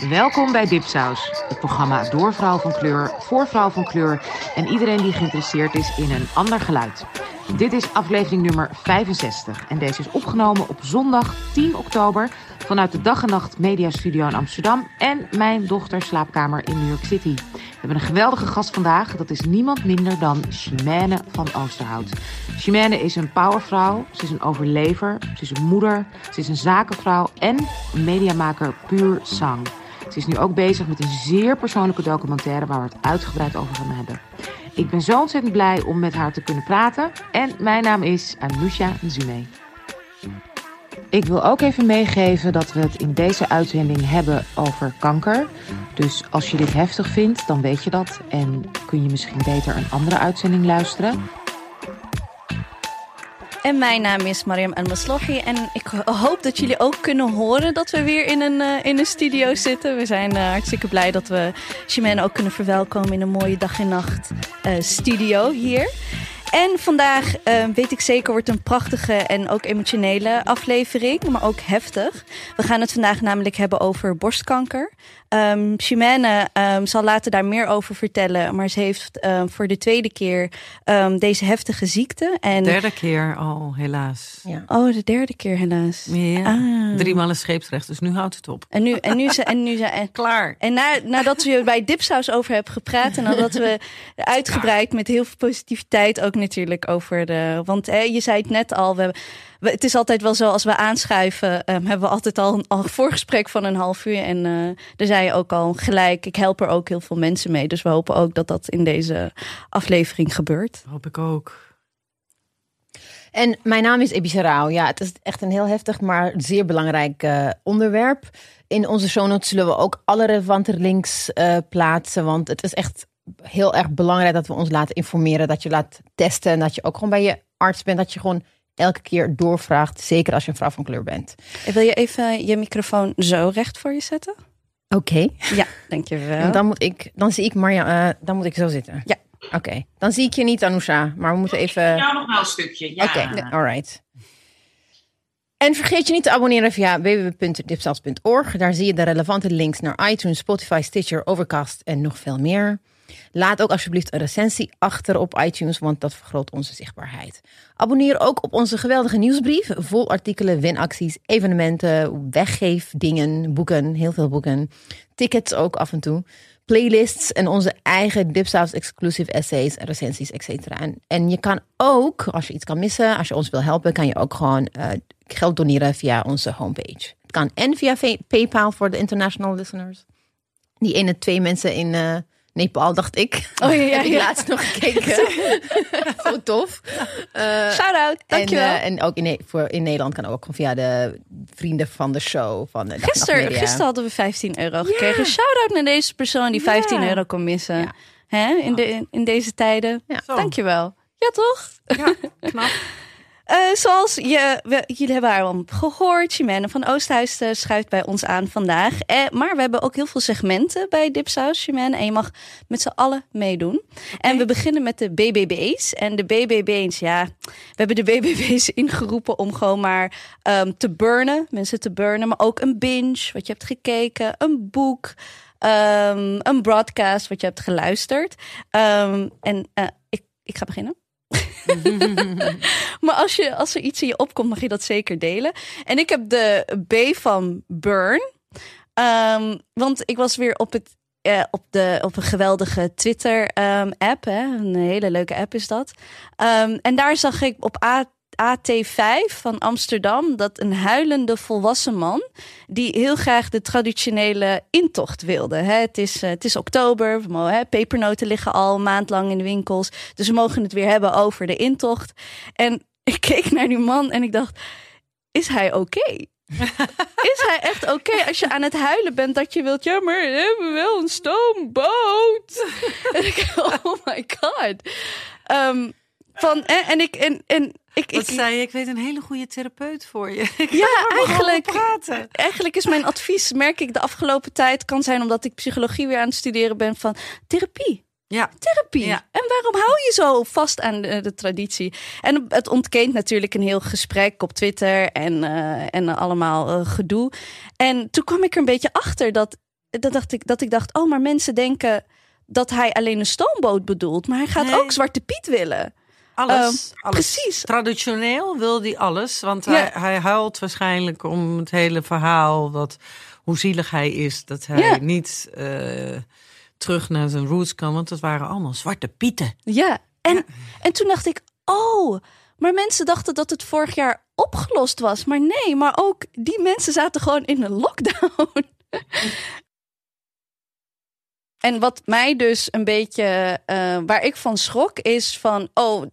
Welkom bij Dipsaus, het programma door vrouw van kleur, voor vrouw van kleur en iedereen die geïnteresseerd is in een ander geluid. Dit is aflevering nummer 65 en deze is opgenomen op zondag 10 oktober vanuit de Dag en Nacht Media Studio in Amsterdam en mijn dochters slaapkamer in New York City. We hebben een geweldige gast vandaag, dat is niemand minder dan Chimène van Oosterhout. Chimène is een powervrouw, ze is een overlever, ze is een moeder, ze is een zakenvrouw en een mediamaker puur sang. Ze is nu ook bezig met een zeer persoonlijke documentaire waar we het uitgebreid over gaan hebben. Ik ben zo ontzettend blij om met haar te kunnen praten. En mijn naam is Anousha Nzume. Ik wil ook even meegeven dat we het in deze uitzending hebben over kanker. Dus als je dit heftig vindt, dan weet je dat. En kun je misschien beter een andere uitzending luisteren. En mijn naam is Mariam El-Maslouhi en ik hoop dat jullie ook kunnen horen dat we weer in een studio zitten. We zijn hartstikke blij dat we Chimène ook kunnen verwelkomen in een mooie dag en nacht studio hier. En vandaag, weet ik zeker, wordt een prachtige en ook emotionele aflevering, maar ook heftig. We gaan het vandaag namelijk hebben over borstkanker. Chimène zal later daar meer over vertellen, maar ze heeft voor de tweede keer deze heftige ziekte. En derde keer al, helaas. Ja. Oh, de derde keer helaas. Ja, 3 maal een scheepsrecht, dus nu houdt het op. En nu zijn klaar. En nadat we bij Dipsaus over hebben gepraat en nadat we uitgebreid met heel veel positiviteit ook natuurlijk over want je zei het net al, het is altijd wel zo, als we aanschuiven, hebben we altijd al een voorgesprek van een half uur. En daar zei je ook al gelijk, ik help er ook heel veel mensen mee. Dus we hopen ook dat dat in deze aflevering gebeurt. Hoop ik ook. En mijn naam is Ebi Serrao. Ja, het is echt een heel heftig, maar zeer belangrijk onderwerp. In onze show notes zullen we ook alle relevante links plaatsen. Want het is echt heel erg belangrijk dat we ons laten informeren. Dat je laat testen en dat je ook gewoon bij je arts bent. Dat je gewoon elke keer doorvraagt, zeker als je een vrouw van kleur bent. Wil je even je microfoon zo recht voor je zetten? Oké. Ja, dankjewel. En dan zie ik Marja, dan moet ik zo zitten. Ja. Oké. Dan zie ik je niet, Anousha, maar we moeten even. Ja, nog wel een stukje. Ja. Oké, alright. En vergeet je niet te abonneren via www.dipsaus.org. Daar zie je de relevante links naar iTunes, Spotify, Stitcher, Overcast en nog veel meer. Laat ook alsjeblieft een recensie achter op iTunes, want dat vergroot onze zichtbaarheid. Abonneer ook op onze geweldige nieuwsbrief, vol artikelen, winacties, evenementen, weggeefdingen, boeken, heel veel boeken, tickets ook af en toe, playlists en onze eigen Dipsaus exclusive essays, recensies, etc. En je kan ook, als je iets kan missen, als je ons wil helpen, kan je ook gewoon geld doneren via onze homepage. Het kan en via PayPal voor de international listeners. Die 1 en 2 mensen in Nepal, dacht ik. Oh ja, heb ik laatst nog gekeken. Zo tof. Shout-out, dankjewel. En ook in Nederland kan ook via de vrienden van de show. Van de Gisteren hadden we €15 gekregen. Shout-out naar deze persoon die €15 kon missen. Ja. Hè? In deze tijden. Ja. Dankjewel. Ja, toch? Ja, knap. Zoals jullie hebben haar al gehoord, Chimène van Oosterhout schuift bij ons aan vandaag. Maar we hebben ook heel veel segmenten bij Dipsaus, Chimène. En je mag met z'n allen meedoen. Okay. En we beginnen met de BBB's. En de BBB's, we hebben de BBB's ingeroepen om gewoon maar te burnen. Mensen te burnen, maar ook een binge, wat je hebt gekeken. Een boek, een broadcast, wat je hebt geluisterd. Ik ga beginnen. Maar als er iets in je opkomt, mag je dat zeker delen. En ik heb de B van Burn. Want ik was weer op een geweldige Twitter app. Hè? Een hele leuke app is dat. En daar zag ik op AT5 van Amsterdam dat een huilende volwassen man die heel graag de traditionele intocht wilde. Het is oktober, pepernoten liggen al een maand lang in de winkels, dus we mogen het weer hebben over de intocht. En ik keek naar die man en ik dacht, is hij oké? Is hij echt oké als je aan het huilen bent dat je wilt, ja, maar we hebben wel een stoomboot. En ik, oh my god. Wat zei je? Ik weet een hele goede therapeut voor je. Eigenlijk is mijn advies, merk ik de afgelopen tijd, kan zijn omdat ik psychologie weer aan het studeren ben, van therapie. Ja. Therapie. Ja. En waarom hou je zo vast aan de traditie? En het ontkeent natuurlijk een heel gesprek op Twitter en allemaal gedoe. En toen kwam ik er een beetje achter dat dat ik dacht, oh, maar mensen denken dat hij alleen een stoomboot bedoelt. Maar hij gaat ook Zwarte Piet willen. Alles. Precies. Traditioneel wil hij alles. Want hij huilt waarschijnlijk om het hele verhaal. Hoe zielig hij is. Dat hij niet terug naar zijn roots kan. Want het waren allemaal Zwarte Pieten. Ja, en toen dacht ik, maar mensen dachten dat het vorig jaar opgelost was. Maar nee, maar ook die mensen zaten gewoon in een lockdown. En wat mij dus een beetje, waar ik van schrok, is van,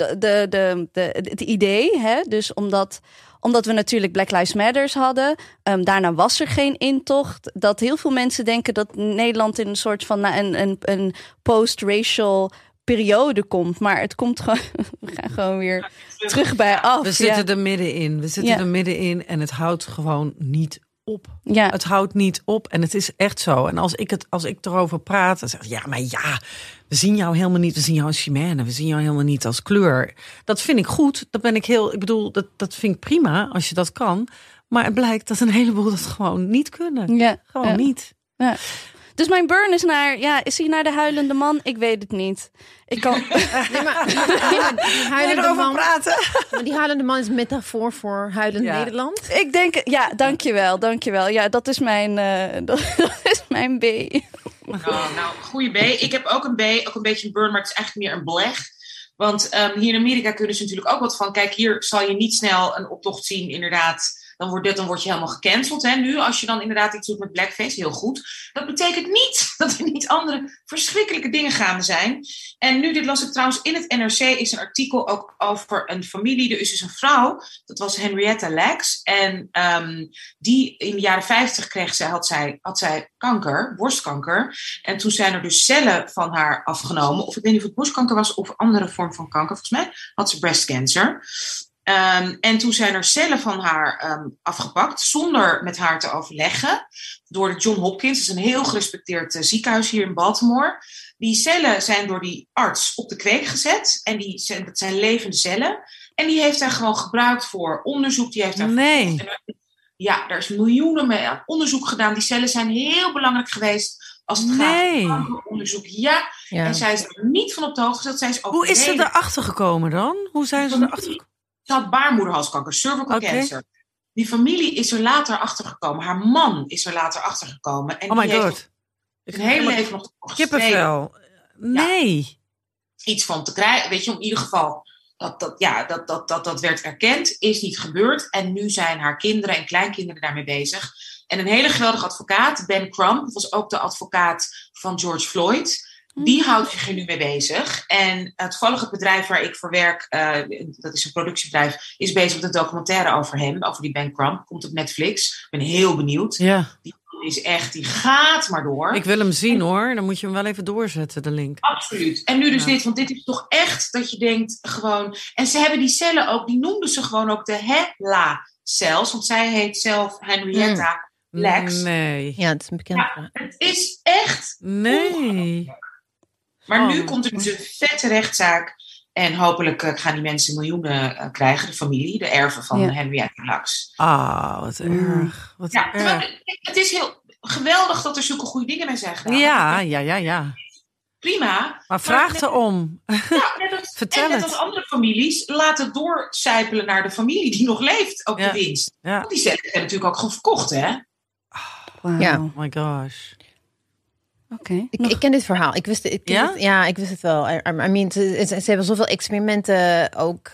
het idee, hè? Dus omdat we natuurlijk Black Lives Matter hadden, daarna was er geen intocht. Dat heel veel mensen denken dat Nederland in een soort van een post-racial periode komt. Maar het komt gewoon, we gaan gewoon weer terug bij af. We zitten er middenin. En het houdt gewoon niet op. Ja. Het houdt niet op en het is echt zo. En als ik erover praat, dan zeg ik, we zien jou helemaal niet. We zien jou als Chimène. We zien jou helemaal niet als kleur. Dat vind ik goed. Dat vind ik prima als je dat kan. Maar het blijkt dat een heleboel dat gewoon niet kunnen. Ja. Gewoon niet. Ja. Dus mijn burn is is hij naar de huilende man? Ik weet het niet. Ik kan... die huilende man praten. Maar die huilende man is metafoor voor huilend Nederland. Ik denk, dankjewel. Ja, dat is mijn, dat is mijn B. Goede B. Ik heb ook een B, ook een beetje een burn, maar het is eigenlijk meer een beleg. Want hier in Amerika kunnen ze natuurlijk ook wat van. Kijk, hier zal je niet snel een optocht zien, inderdaad. Dan word je helemaal gecanceld. Hè? Nu, als je dan inderdaad iets doet met blackface, heel goed. Dat betekent niet dat er niet andere verschrikkelijke dingen gaande zijn. En nu, dit las ik trouwens in het NRC, is een artikel ook over een familie. Er is dus een vrouw, dat was Henrietta Lacks. En die in de jaren 50 had zij kanker, borstkanker. En toen zijn er dus cellen van haar afgenomen. Of ik weet niet of het borstkanker was of een andere vorm van kanker. Volgens mij had ze breast cancer. En toen zijn er cellen van haar afgepakt, zonder met haar te overleggen, door de John Hopkins. Dat is een heel gerespecteerd ziekenhuis hier in Baltimore. Die cellen zijn door die arts op de kweek gezet. En dat zijn levende cellen. En die heeft hij gewoon gebruikt voor onderzoek. Ja, daar is miljoenen mee aan onderzoek gedaan. Die cellen zijn heel belangrijk geweest als het gaat om onderzoek. Ja, en zij is er niet van op de hoogte gezet. Zij is Hoe is ze erachter gekomen dan? Hoe zijn ze erachter gekomen? Ze had baarmoederhalskanker, cervical cancer. Die familie is er later achtergekomen. Haar man is er later achtergekomen. En oh my god. Een hele leven nog kippenvel. Nee. Ja, iets van te krijgen. Weet je, in ieder geval dat werd erkend. Is niet gebeurd. En nu zijn haar kinderen en kleinkinderen daarmee bezig. En een hele geweldige advocaat, Ben Crump. Dat was ook de advocaat van George Floyd. Die houdt zich er nu mee bezig. En toevallig het bedrijf waar ik voor werk, dat is een productiebedrijf, is bezig met een documentaire over hem, over die Ben Crump. Komt op Netflix. Ik ben heel benieuwd. Ja. Die gaat maar door. Ik wil hem zien hoor. Dan moet je hem wel even doorzetten, de link. Absoluut. En nu dus dit, want dit is toch echt dat je denkt gewoon. En ze hebben die cellen ook, die noemden ze gewoon ook de HeLa-cells. Want zij heet zelf Henrietta Lacks. Nee. Ja, het is een bekende. Het is echt. Nee. Maar nu komt er dus een vette rechtszaak. En hopelijk gaan die mensen miljoenen krijgen. De familie, de erven van Henrietta Lacks. Ah, wat erg. Wat erg. Het is heel geweldig dat er zulke goede dingen mee zijn gedaan. Ja. Prima. Maar vraag erom. Ja, Vertel net als andere families, laat het doorcijpelen naar de familie die nog leeft. Ook de winst. Ja. Want die cellen zijn natuurlijk ook gewoon verkocht, hè? Wow. Ja. Oh my gosh. Okay. Ik ken dit verhaal. Ik wist het wel. I mean, ze hebben zoveel experimenten ook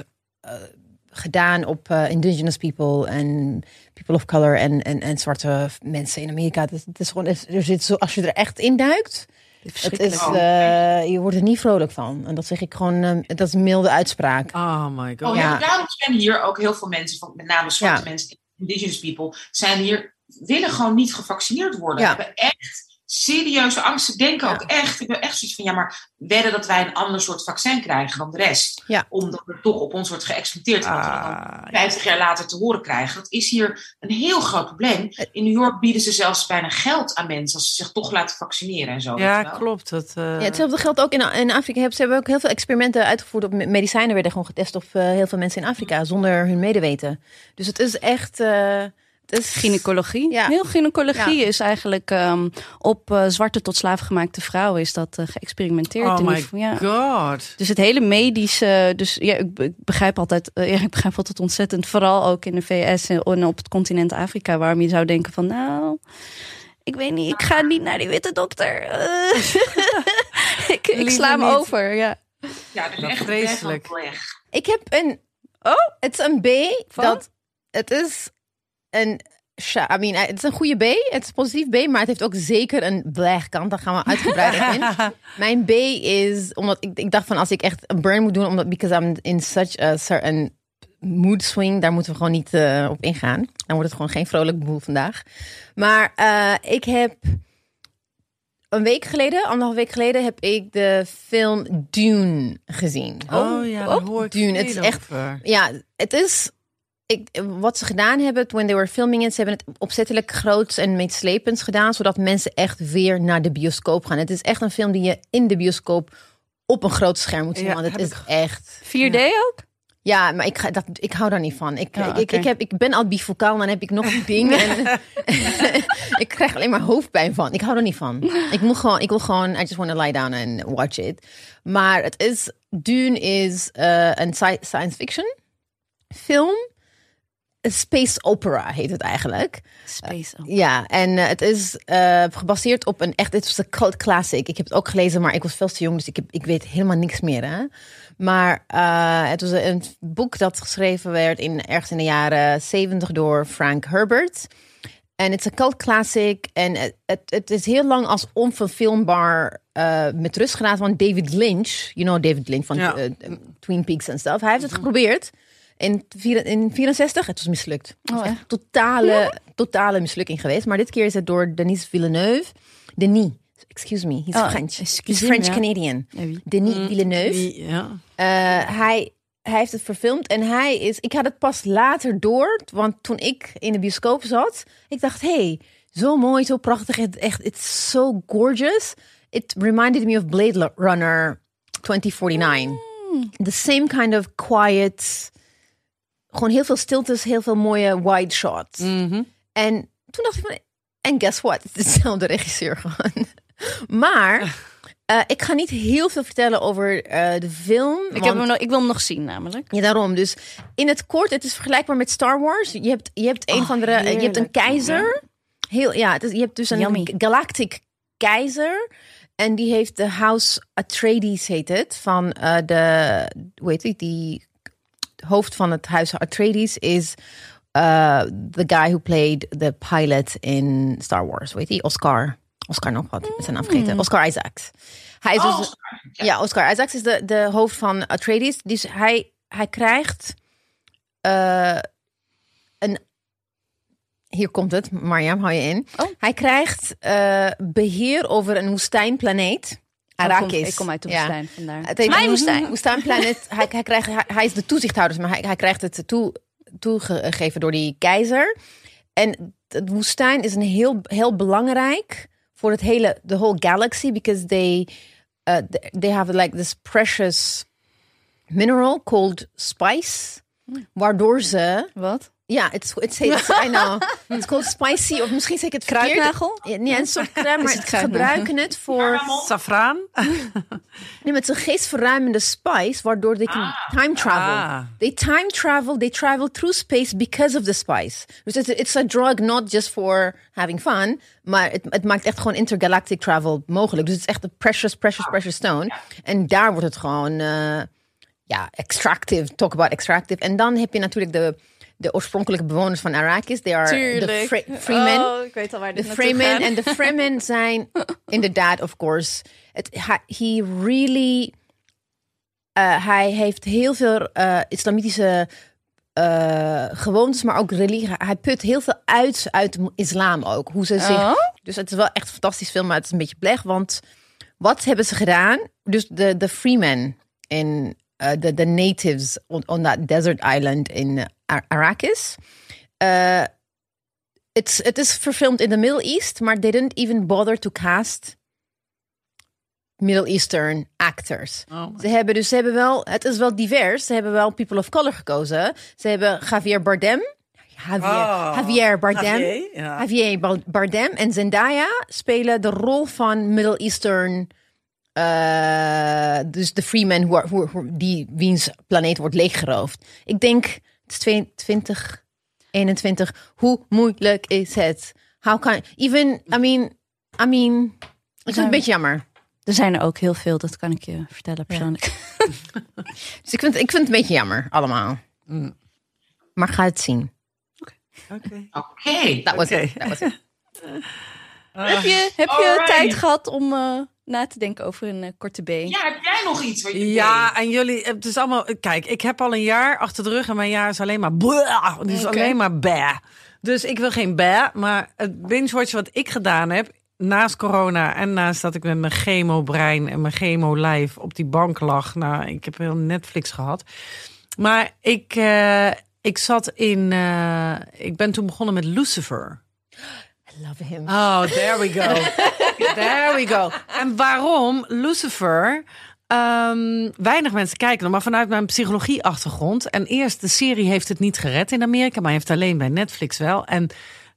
gedaan op indigenous people en people of color en zwarte mensen in Amerika. Het is gewoon, er zit zo, als je er echt in duikt, het is, je wordt er niet vrolijk van. En dat zeg ik gewoon, dat is een milde uitspraak. Oh my god. Daarom zijn hier ook heel veel mensen, van, met name zwarte mensen, indigenous people, willen gewoon niet gevaccineerd worden. Ja. Hebben echt serieuze angsten, denken ook echt. Ik ben echt zoiets van, maar wedden dat wij een ander soort vaccin krijgen dan de rest. Ja. Omdat er toch op ons wordt geëxperimenteerd. Wat we dan 50 jaar later te horen krijgen. Dat is hier een heel groot probleem. In New York bieden ze zelfs bijna geld aan mensen als ze zich toch laten vaccineren en zo. Ja, klopt. Hetzelfde geldt ook in Afrika. Ze hebben ook heel veel experimenten uitgevoerd op medicijnen. Werden gewoon getest op heel veel mensen in Afrika zonder hun medeweten. Dus het is echt is Gynaecologie. Ja. Heel gynaecologie is eigenlijk op zwarte tot slaafgemaakte vrouwen is dat geëxperimenteerd. Oh in my ja. god. Dus het hele medische, dus ja, ik begrijp altijd ontzettend, vooral ook in de VS en op het continent Afrika, waarom je zou denken van, nou, ik weet niet, ik ga niet naar die witte dokter. ik sla hem niet. over, ja. Ja, dus Wat echt vreselijk. weg. Ik heb een... het is een B. Het is een... het is een goede B. Het is een positief B, maar het heeft ook zeker een kant. Daar gaan we uitgebreider in. Mijn B is... Omdat ik dacht van, als ik echt een burn moet doen... because I'm in such a certain mood swing... daar moeten we gewoon niet op ingaan. Dan wordt het gewoon geen vrolijk boel vandaag. Maar ik heb... anderhalf week geleden... heb ik de film Dune gezien. Oh ja, daar hoor ik Dune. Het is echt... over. Ja, het is... wat ze gedaan hebben, when they were filming it, ze hebben het opzettelijk groots en meeslepends gedaan, zodat mensen echt weer naar de bioscoop gaan. Het is echt een film die je in de bioscoop op een groot scherm moet zien, want het is echt... 4D ook? Ja, maar ik hou daar niet van. Okay. Ik ben al bifocaal, dan heb ik nog een ding. En ik krijg alleen maar hoofdpijn van. Ik hou er niet van. Ik wil gewoon, I just want to lie down and watch it. Maar het is, Dune is een science fiction film. Space opera heet het eigenlijk. Space opera. Ja, en het is gebaseerd op het is een cult classic. Ik heb het ook gelezen, maar ik was veel te jong, dus ik weet helemaal niks meer. Hè? Maar het was een boek dat geschreven werd ergens in de jaren 70 door Frank Herbert. En het is een cult classic. En het is heel lang als onverfilmbaar met rust gelaten. Want David Lynch, David Lynch van Twin Peaks en stuff. Hij heeft het geprobeerd. In 64, het was mislukt. Het was echt totale mislukking geweest. Maar dit keer is het door Denis Villeneuve. Excuse me, he's French. He's French-Canadian. Denis Villeneuve. Ja. Hij heeft het verfilmd en ik had het pas later door, want toen ik in de bioscoop zat, ik dacht, hey, zo mooi, zo prachtig, it's so gorgeous. It reminded me of Blade Runner 2049. The same kind of quiet, gewoon heel veel stiltes, heel veel mooie wide shots. Mm-hmm. En toen dacht ik van, en guess what? Het is dezelfde regisseur gewoon. Maar ik ga niet heel veel vertellen over de film. Ik wil hem nog zien namelijk. Ja, daarom. Dus in het kort, het is vergelijkbaar met Star Wars. Je hebt je hebt een keizer. Je hebt dus een galactic keizer. En die heeft de House Atreides, heet het. Van die hoofd van het huis Atreides is the guy who played the pilot in Star Wars. Weet je, Oscar nog wat, met zijn naam vergeten. Oscar Isaacs. Hij is Oscar Isaacs is de hoofd van Atreides. Dus hij krijgt hier komt het, Marjam, hou je in. Hij krijgt beheer over een woestijnplaneet. Arrakis. Ik kom uit de woestijn, vandaar. Het heet mijn woestijn. Woestijnplaneet. hij is de toezichthouder, maar hij krijgt het toegegeven door die keizer. En de woestijn is een heel belangrijk voor het the whole galaxy, because they have like this precious mineral called spice, waardoor ze... Wat? Ja, I know. It's called spicy, of misschien zeg ik het verkeerd. Kruidnagel? Ja, een soort kruid, maar ze gebruiken het voor... Safraan? Nee, met een geestverruimende spice, waardoor they can time travel. They travel through space because of the spice. Dus it's a drug not just for having fun, maar het maakt echt gewoon intergalactic travel mogelijk. Dus het is echt een precious stone. En daar wordt het gewoon, extractive. Talk about extractive. En dan heb je natuurlijk de oorspronkelijke bewoners van Arrakis. They are the Freemen. Ik weet al waar dit de Freemen. En de Freemen zijn inderdaad, of course... Hij heeft heel veel islamitische gewoontes, maar ook religie. Hij put heel veel uit islam ook. Hoe ze zich... Dus het is wel echt een fantastisch film, maar het is een beetje blech. Want wat hebben ze gedaan? Dus de Freemen in... the natives on that desert island in Arrakis. Het is verfilmd in the Middle East, maar they didn't even bother to cast Middle Eastern actors. Ze hebben wel, het is wel divers. Ze hebben wel people of color gekozen. Ze hebben Javier Bardem, Javier Bardem. Javier, ja. Javier Bardem en Zendaya spelen de rol van Middle Eastern... dus de Freeman die wiens planeet wordt leeggeroofd. Ik denk, het is 2021. Hoe moeilijk is het? How can... Even, I mean... Ik vind het een beetje jammer. Er zijn er ook heel veel, dat kan ik je vertellen persoonlijk. Ja. Dus ik vind het een beetje jammer, allemaal. Maar ga het zien. Oké. Dat was het. Heb je tijd gehad om na te denken over een korte B? Ja, heb jij nog iets wat je Ja, en jullie, het is allemaal... Kijk, ik heb al een jaar achter de rug en mijn jaar is alleen maar... Het is alleen maar bah. Dus ik wil geen bah, maar het binge-watchen wat ik gedaan heb... Naast corona en naast dat ik met mijn chemo-brein en mijn chemo-lijf op die bank lag. Nou, ik heb heel Netflix gehad. Maar ik zat in... ik ben toen begonnen met Lucifer. I love him. Oh, there we go. There we go. En waarom Lucifer? Weinig mensen kijken, maar vanuit mijn psychologie-achtergrond. En eerst, de serie heeft het niet gered in Amerika, maar heeft alleen bij Netflix wel. En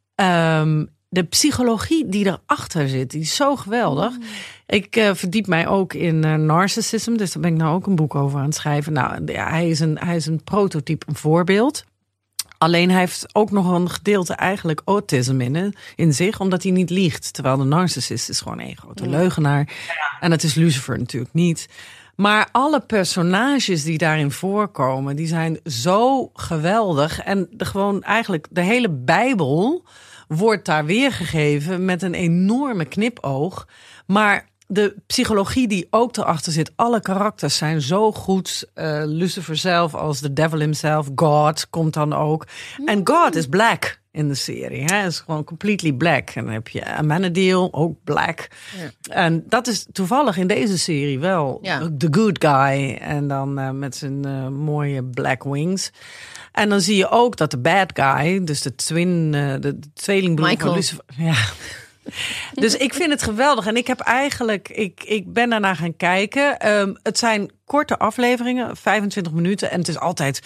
de psychologie die erachter zit, die is zo geweldig. Ik verdiep mij ook in narcissism, dus daar ben ik nou ook een boek over aan het schrijven. Nou, ja, hij is een prototype, een voorbeeld. Alleen hij heeft ook nog een gedeelte eigenlijk autisme in zich, omdat hij niet liegt. Terwijl de narcissist is gewoon een grote leugenaar. En dat is Lucifer natuurlijk niet. Maar alle personages die daarin voorkomen, die zijn zo geweldig. En gewoon eigenlijk de hele Bijbel wordt daar weergegeven met een enorme knipoog. Maar de psychologie die ook erachter zit, alle karakters zijn zo goed. Lucifer zelf als de devil himself, God komt dan ook. En God is black in de serie. Hij is gewoon completely black. En dan heb je Amenadiel, ook black. Ja. En dat is toevallig in deze serie wel the good guy. En dan met zijn mooie black wings. En dan zie je ook dat de bad guy, dus de tweelingbroer van Lucifer... Ja. Dus ik vind het geweldig. En ik heb eigenlijk, ik ben daarna gaan kijken. Het zijn korte afleveringen, 25 minuten. En het is altijd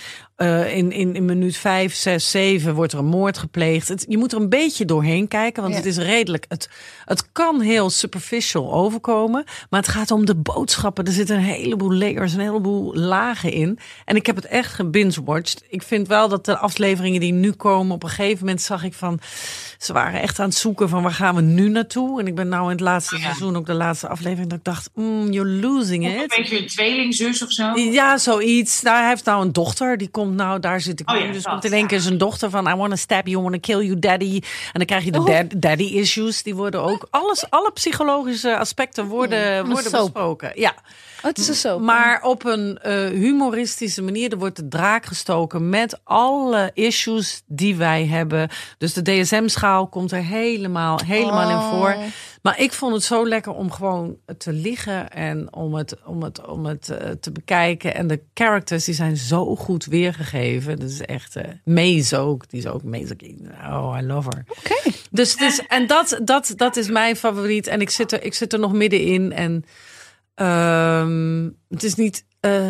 in minuut 5, 6, 7 wordt er een moord gepleegd. Je moet er een beetje doorheen kijken, want het is redelijk... Het kan heel superficial overkomen, maar het gaat om de boodschappen. Er zitten een heleboel layers, een heleboel lagen in. En ik heb het echt gebinge-watched. Ik vind wel dat de afleveringen die nu komen, op een gegeven moment zag ik van... Ze waren echt aan het zoeken van waar gaan we nu naartoe. En ik ben nou in het laatste seizoen, ook de laatste aflevering, dat ik dacht, you're losing it. Een beetje een tweelingzus of zo? Ja, zoiets. Nou, hij heeft nou een dochter, die komt nou, daar zit ik nu. Dus komt in één keer zijn dochter van, I want to stab you, I want to kill you, daddy. En dan krijg je de daddy issues, die worden ook, alle psychologische aspecten worden besproken. Ja. Het is zo. Maar op een humoristische manier. Er wordt de draak gestoken met alle issues die wij hebben. Dus de DSM-schaal komt er helemaal in voor. Maar ik vond het zo lekker om gewoon te liggen en om het te bekijken. En de characters die zijn zo goed weergegeven. Dat is echt Maze ook. Die is ook Maze. Oh, I love her. Okay. Dus het is, en dat is mijn favoriet. En ik zit er nog middenin en het is niet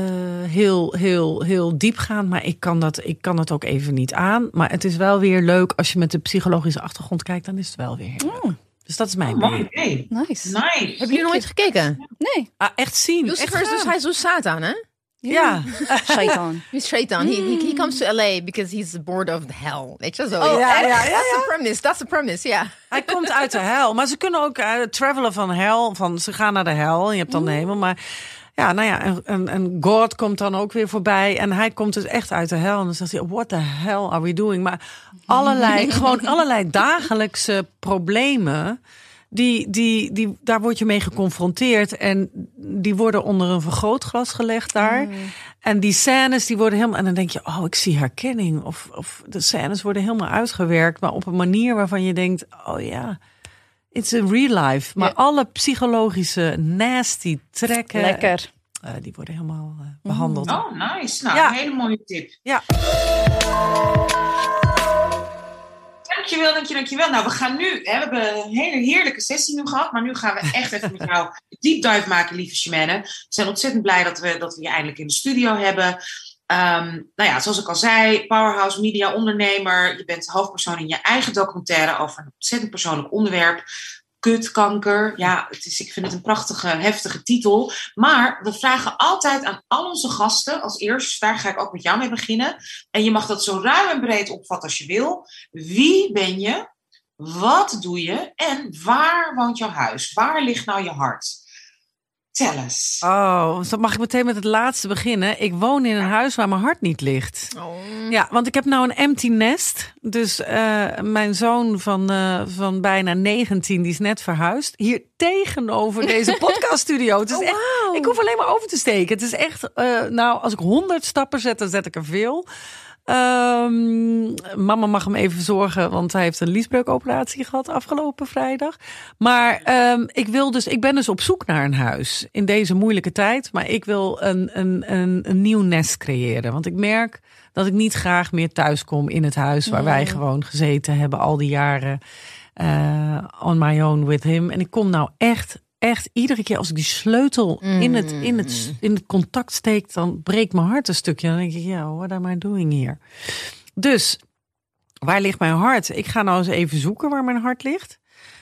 heel diepgaand, maar ik kan dat ook even niet aan. Maar het is wel weer leuk als je met de psychologische achtergrond kijkt, dan is het wel weer heel leuk. Dus dat is mijn mooi. Nice. Hebben jullie nooit gekeken? Nee. Echt zien. Lucifer is dus hij is dus Satan, hè? Ja. Shaitan. He's Shaitan. He comes to LA because he's bored of the hell. Weet je zo? That's the premise, ja. Hij komt uit de hel. Maar ze kunnen ook travelen van hel. Ze gaan naar de hel en je hebt dan de hemel. Maar ja, nou ja, en God komt dan ook weer voorbij. En hij komt dus echt uit de hel. En dan zegt hij, what the hell are we doing? Maar allerlei dagelijkse problemen, daar word je mee geconfronteerd. En die worden onder een vergrootglas gelegd daar. En die scènes, die worden helemaal... En dan denk je, ik zie herkenning. Of de scènes worden helemaal uitgewerkt. Maar op een manier waarvan je denkt, it's a real life. Maar alle psychologische nasty trekken, lekker. Die worden helemaal behandeld. Oh, nice. Nou, een hele mooie tip. Ja. Dankjewel. Nou, we gaan nu... we hebben een hele heerlijke sessie nu gehad. Maar nu gaan we echt even met jou een deep dive maken, lieve Chimène. We zijn ontzettend blij dat we je eindelijk in de studio hebben. Zoals ik al zei, powerhouse media ondernemer. Je bent hoofdpersoon in je eigen documentaire over een ontzettend persoonlijk onderwerp. Kutkanker. Ja, ik vind het een prachtige, heftige titel. Maar we vragen altijd aan al onze gasten, als eerst, daar ga ik ook met jou mee beginnen. En je mag dat zo ruim en breed opvatten als je wil. Wie ben je? Wat doe je? En waar woont jouw huis? Waar ligt nou je hart? Tel eens. Oh, dan mag ik meteen met het laatste beginnen. Ik woon in een huis waar mijn hart niet ligt. Oh. Ja, want ik heb nou een empty nest. Dus mijn zoon van bijna 19, die is net verhuisd. Hier tegenover deze podcaststudio. Het is echt, ik hoef alleen maar over te steken. Het is echt, als ik 100 stappen zet, dan zet ik er veel. Mama mag hem even verzorgen, want hij heeft een liesbreukoperatie gehad afgelopen vrijdag. Maar ik ben dus op zoek naar een huis in deze moeilijke tijd. Maar ik wil een nieuw nest creëren. Want ik merk dat ik niet graag meer thuis kom in het huis waar wij gewoon gezeten hebben al die jaren. On my own with him. En ik kom nou echt iedere keer als ik die sleutel in het contact steek, dan breekt mijn hart een stukje. Dan denk ik, what am I doing here? Dus, waar ligt mijn hart? Ik ga nou eens even zoeken waar mijn hart ligt.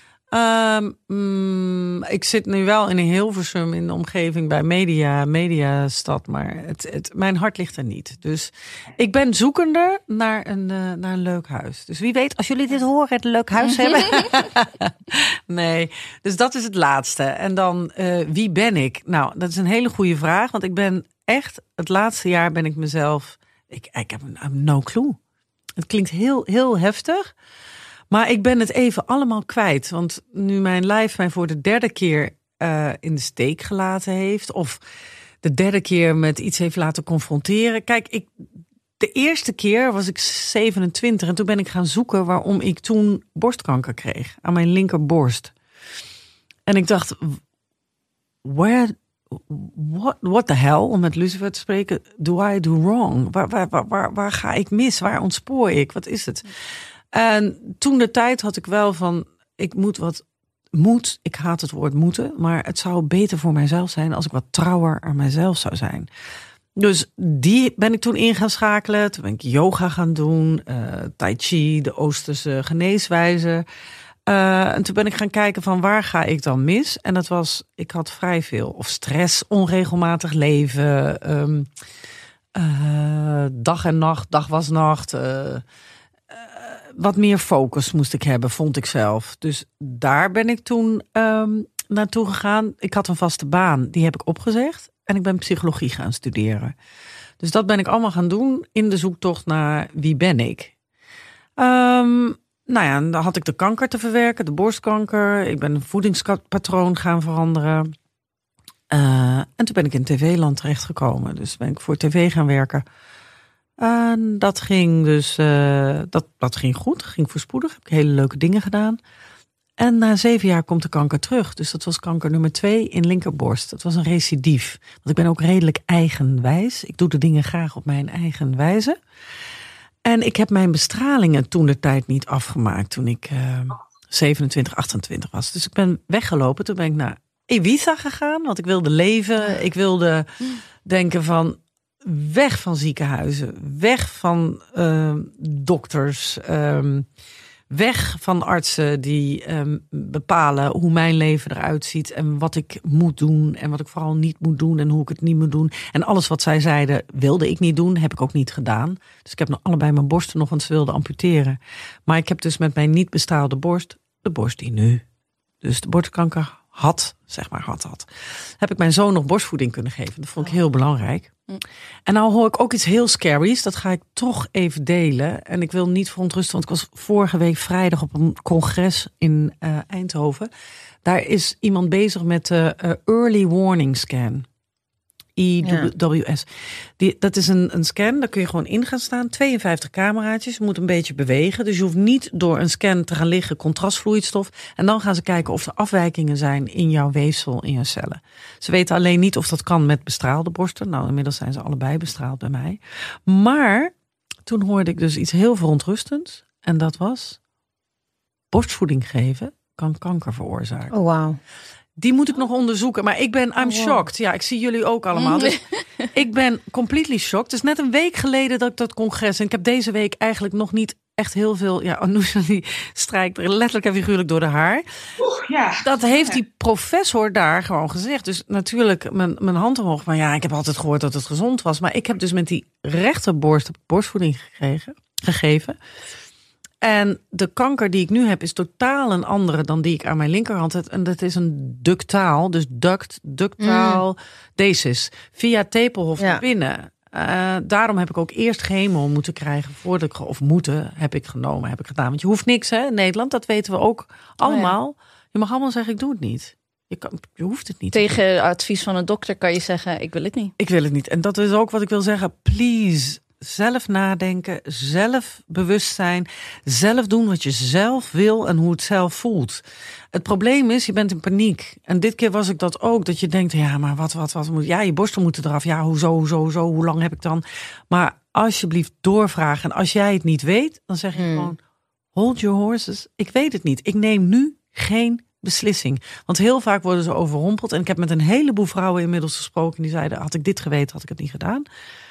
Ik zit nu wel in Hilversum in de omgeving bij Mediastad, maar mijn hart ligt er niet. Dus ik ben zoekende naar een leuk huis. Dus wie weet, als jullie dit horen, het een leuk huis hebben. Nee, dus dat is het laatste. En dan, wie ben ik? Nou, dat is een hele goede vraag, want ik ben echt, het laatste jaar ben ik mezelf, ik heb no clue. Het klinkt heel, heel heftig. Maar ik ben het even allemaal kwijt. Want nu mijn lijf mij voor de derde keer in de steek gelaten heeft, of de derde keer met iets heeft laten confronteren. Kijk, de eerste keer was ik 27 en toen ben ik gaan zoeken waarom ik toen borstkanker kreeg. Aan mijn linkerborst. En ik dacht, what the hell, om met Lucifer te spreken, do I do wrong? Waar ga ik mis? Waar ontspoor ik? Wat is het? En toen de tijd had ik wel van, ik haat het woord moeten, maar het zou beter voor mijzelf zijn als ik wat trouwer aan mijzelf zou zijn. Dus die ben ik toen in gaan schakelen. Toen ben ik yoga gaan doen, tai chi, de Oosterse geneeswijze. En toen ben ik gaan kijken van waar ga ik dan mis? En dat was, ik had vrij veel. Of stress, onregelmatig leven, dag en nacht, dag was nacht. Wat meer focus moest ik hebben, vond ik zelf. Dus daar ben ik toen naartoe gegaan. Ik had een vaste baan, die heb ik opgezegd. En ik ben psychologie gaan studeren. Dus dat ben ik allemaal gaan doen in de zoektocht naar wie ben ik. Dan had ik de kanker te verwerken, de borstkanker. Ik ben een voedingspatroon gaan veranderen. En toen ben ik in tv-land terechtgekomen. Dus ben ik voor tv gaan werken. En dat ging dus dat ging goed, dat ging voorspoedig. Heb ik hele leuke dingen gedaan. En na 7 jaar komt de kanker terug. Dus dat was kanker nummer 2 in linkerborst. Dat was een recidief. Want ik ben ook redelijk eigenwijs. Ik doe de dingen graag op mijn eigen wijze. En ik heb mijn bestralingen toen de tijd niet afgemaakt. Toen ik 27, 28 was. Dus ik ben weggelopen. Toen ben ik naar Ibiza gegaan. Want ik wilde leven. Ik wilde denken van, weg van ziekenhuizen, weg van dokters, weg van artsen die bepalen hoe mijn leven eruit ziet en wat ik moet doen en wat ik vooral niet moet doen en hoe ik het niet moet doen. En alles wat zij zeiden wilde ik niet doen, heb ik ook niet gedaan. Dus ik heb nog allebei mijn borsten nog, want ze wilden amputeren. Maar ik heb dus met mijn niet bestraalde borst, de borst die nu dus de borstkanker had, heb ik mijn zoon nog borstvoeding kunnen geven. Dat vond ik heel belangrijk. En nou hoor ik ook iets heel scary's. Dat ga ik toch even delen. En ik wil niet verontrusten, want ik was vorige week vrijdag op een congres in Eindhoven. Daar is iemand bezig met de Early Warning Scan. EWS. Dat is een scan, daar kun je gewoon in gaan staan. 52 cameraatjes, je moet een beetje bewegen. Dus je hoeft niet door een scan te gaan liggen, contrastvloeistof. En dan gaan ze kijken of er afwijkingen zijn in jouw weefsel, in je cellen. Ze weten alleen niet of dat kan met bestraalde borsten. Nou, inmiddels zijn ze allebei bestraald bij mij. Maar toen hoorde ik dus iets heel verontrustends. En dat was, borstvoeding geven kan kanker veroorzaken. Oh, wauw. Die moet ik nog onderzoeken. Maar I'm shocked. Ja, ik zie jullie ook allemaal. Dus ik ben completely shocked. Het is net een week geleden dat ik dat congres... En ik heb deze week eigenlijk nog niet echt heel veel... Ja, Anousha die strijkt er letterlijk en figuurlijk door de haar. Dat heeft die professor daar gewoon gezegd. Dus natuurlijk mijn hand omhoog. Maar ja, ik heb altijd gehoord dat het gezond was. Maar ik heb dus met die rechterborst borstvoeding gegeven. En de kanker die ik nu heb is totaal een andere dan die ik aan mijn linkerhand heb. En dat is een ductaal, dus ductaal desis. Via tepelhof naar binnen. Daarom heb ik ook eerst chemo moeten krijgen voordat heb ik gedaan. Want je hoeft niks hè, in Nederland, dat weten we ook allemaal. Oh ja. Je mag allemaal zeggen, ik doe het niet. Je hoeft het niet. Tegen advies van een dokter kan je zeggen, ik wil het niet. Ik wil het niet. En dat is ook wat ik wil zeggen. Please, zelf nadenken, zelf bewust zijn, zelf doen wat je zelf wil en hoe het zelf voelt. Het probleem is, je bent in paniek. En dit keer was ik dat ook, dat je denkt, ja, maar wat moet... Ja, je borsten moeten eraf. Ja, hoezo, hoe lang heb ik dan? Maar alsjeblieft doorvragen. En als jij het niet weet, dan zeg je gewoon, hold your horses. Ik weet het niet. Ik neem nu geen beslissing. Want heel vaak worden ze overrompeld. En ik heb met een heleboel vrouwen inmiddels gesproken die zeiden, had ik dit geweten, had ik het niet gedaan.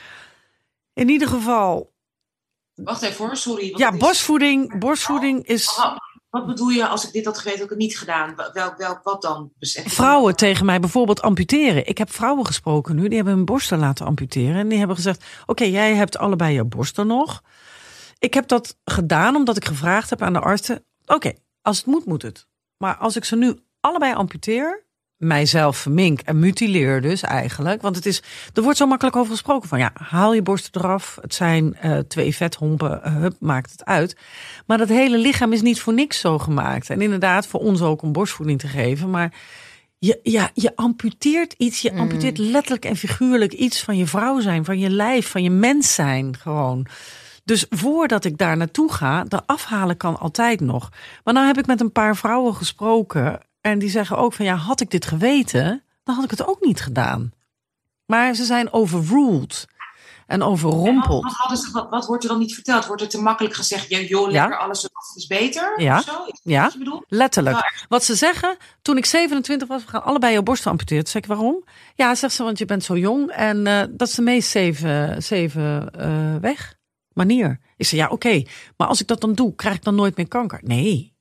In ieder geval... Wacht even hoor, sorry. Ja, borstvoeding is... Wat bedoel je als ik dit had geweten, had ik het niet gedaan? Wat dan? Vrouwen tegen mij bijvoorbeeld amputeren. Ik heb vrouwen gesproken nu, die hebben hun borsten laten amputeren. En die hebben gezegd, oké, jij hebt allebei je borsten nog. Ik heb dat gedaan omdat ik gevraagd heb aan de artsen. Oké, als het moet, moet het. Maar als ik ze nu allebei amputeer... mijzelf vermink en mutileer dus eigenlijk. Want er wordt zo makkelijk over gesproken van... ja, haal je borsten eraf. Het zijn 2 vethompen, maakt het uit. Maar dat hele lichaam is niet voor niks zo gemaakt. En inderdaad, voor ons ook om borstvoeding te geven. Maar je amputeert iets. Je amputeert letterlijk en figuurlijk iets van je vrouw zijn. Van je lijf, van je mens zijn gewoon. Dus voordat ik daar naartoe ga, de afhalen kan altijd nog. Maar nou heb ik met een paar vrouwen gesproken... En die zeggen ook van ja, had ik dit geweten, dan had ik het ook niet gedaan. Maar ze zijn overruled en overrompeld. Wat wordt er dan niet verteld? Wordt er te makkelijk gezegd, lekker alles eraf is beter? Ja, of zo? Is ja. Wat je bedoelt? Letterlijk. Nou, wat ze zeggen, toen ik 27 was, we gaan allebei je borsten amputeren. Zeg ik, waarom? Ja, zegt ze, want je bent zo jong en dat is de meest safe weg manier. Ik zeg, ja, oké. Maar als ik dat dan doe, krijg ik dan nooit meer kanker? Nee,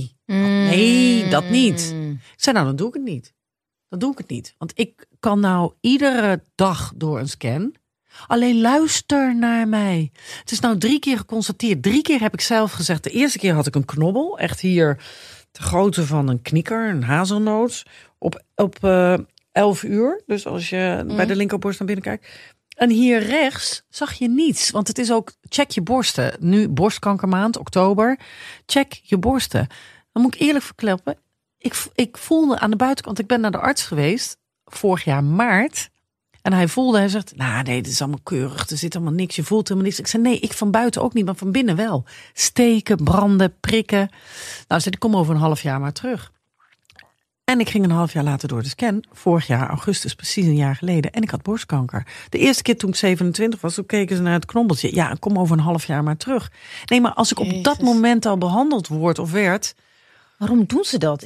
dat niet. Ik zei, nou, dan doe ik het niet. Dan doe ik het niet. Want ik kan nou iedere dag door een scan. Alleen luister naar mij. Het is nou 3 keer geconstateerd. 3 keer heb ik zelf gezegd. De eerste keer had ik een knobbel. Echt hier de grootte van een knikker, een hazelnoot. Op 11 uur. Dus als je bij de linkerborst naar binnen kijkt. En hier rechts zag je niets. Want het is ook, check je borsten. Nu borstkankermaand, oktober. Check je borsten. Dan moet ik eerlijk verklappen. Ik voelde aan de buitenkant, ik ben naar de arts geweest. Vorig jaar maart. En hij zegt, nou nee, dit is allemaal keurig. Er zit allemaal niks, je voelt helemaal niks. Ik zei, nee, ik van buiten ook niet, maar van binnen wel. Steken, branden, prikken. Nou, zei ik, kom over een half jaar maar terug. En ik ging een half jaar later door de scan. Vorig jaar, augustus, precies een jaar geleden. En ik had borstkanker. De eerste keer toen ik 27 was, toen keken ze naar het knobbeltje. Ja, kom over een half jaar maar terug. Nee, maar als ik op dat moment al behandeld word of werd... Waarom doen ze dat?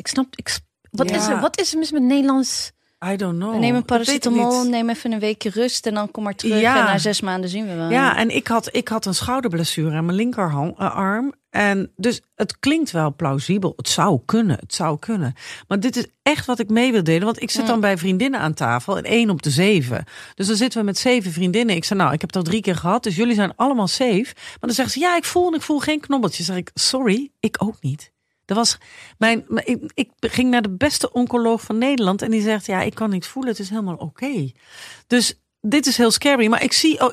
Wat is er mis met Nederlands... I don't know. Neem een paracetamol, neem even een weekje rust en dan kom maar terug. Ja. En na 6 maanden zien we wel. Ja, en ik had een schouderblessure aan mijn linkerarm. En dus het klinkt wel plausibel. Het zou kunnen. Maar dit is echt wat ik mee wil delen. Want ik zit dan bij vriendinnen aan tafel. En 1 op de 7. Dus dan zitten we met 7 vriendinnen. Ik zei, nou, ik heb het al 3 keer gehad. Dus jullie zijn allemaal safe. Maar dan zeggen ze, ja, ik voel geen knobbeltjes. Dan zeg ik, sorry, ik ook niet. Ik ging naar de beste oncoloog van Nederland en die zegt, ja, ik kan niks voelen, het is helemaal oké. Dus dit is heel scary. Maar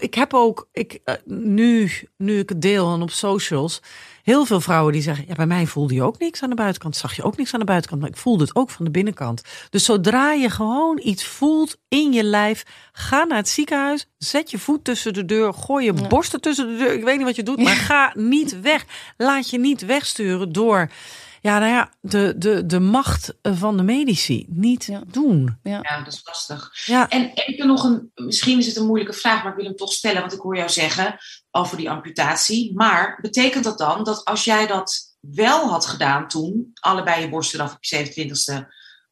nu ik het deel en op socials, heel veel vrouwen die zeggen, ja, bij mij voelde je ook niks aan de buitenkant, zag je ook niks aan de buitenkant, maar ik voelde het ook van de binnenkant. Dus zodra je gewoon iets voelt in je lijf, ga naar het ziekenhuis, zet je voet tussen de deur, gooi je borsten tussen de deur, ik weet niet wat je doet, maar ga niet weg. Laat je niet wegsturen door... Ja, nou ja, de macht van de medici niet doen. Ja, dat is lastig. Ja. En ik heb nog misschien is het een moeilijke vraag, maar ik wil hem toch stellen, want ik hoor jou zeggen over die amputatie. Maar betekent dat dan dat als jij dat wel had gedaan toen, allebei je borsten af op je 27e,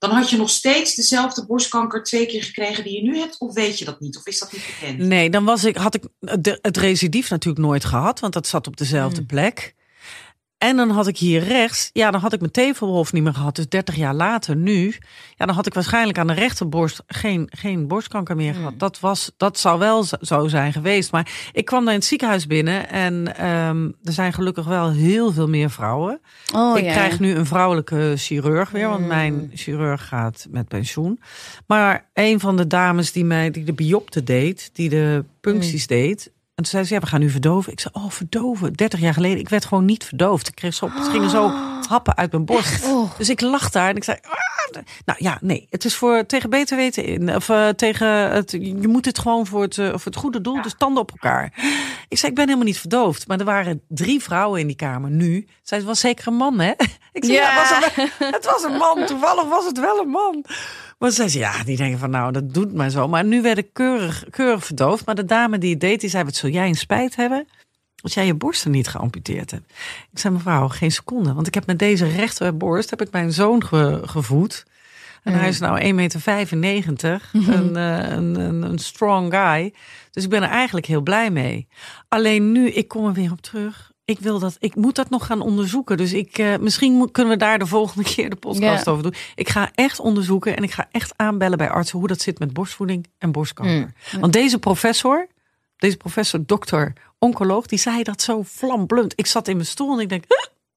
dan had je nog steeds dezelfde borstkanker 2 keer gekregen die je nu hebt? Of weet je dat niet? Of is dat niet bekend? Nee, dan had ik het recidief natuurlijk nooit gehad, want dat zat op dezelfde plek. En dan had ik hier rechts, dan had ik mijn tevelhof niet meer gehad. Dus 30 jaar later, nu, dan had ik waarschijnlijk aan de rechterborst geen borstkanker meer gehad. Dat zou wel zo zijn geweest. Maar ik kwam daar in het ziekenhuis binnen en er zijn gelukkig wel heel veel meer vrouwen. Ik krijg nu een vrouwelijke chirurg weer, want mijn chirurg gaat met pensioen. Maar een van de dames die de biopte deed, die de puncties deed. En toen zei ze, we gaan nu verdoven. Ik zei, verdoven. 30 jaar geleden, ik werd gewoon niet verdoofd. Ik kreeg het gingen zo happen uit mijn borst. Dus ik lag daar en ik zei, nee. Het is tegen beter weten in. Of je moet het gewoon voor het goede doel. Dus tanden op elkaar. Ik zei, ik ben helemaal niet verdoofd. Maar er waren 3 vrouwen in die kamer nu. Zei, het was zeker een man, hè? Ik zei, het was een man. Toevallig was het wel een man. Maar zei ze, die denken van, dat doet maar zo. Maar nu werd ik keurig verdoofd. Maar de dame die het deed, die zei, wat zul jij een spijt hebben als jij je borsten niet geamputeerd hebt? Ik zei, mevrouw, geen seconde. Want ik heb met deze rechterborst heb ik mijn zoon gevoed. En hij is nou 1,95 meter. Een strong guy. Dus ik ben er eigenlijk heel blij mee. Alleen nu, ik kom er weer op terug. Ik moet dat nog gaan onderzoeken. Dus misschien kunnen we daar de volgende keer de podcast over doen. Ik ga echt onderzoeken en ik ga echt aanbellen bij artsen hoe dat zit met borstvoeding en borstkanker. Want deze professor, dokter, oncoloog, die zei dat zo vlamblunt. Ik zat in mijn stoel en ik denk,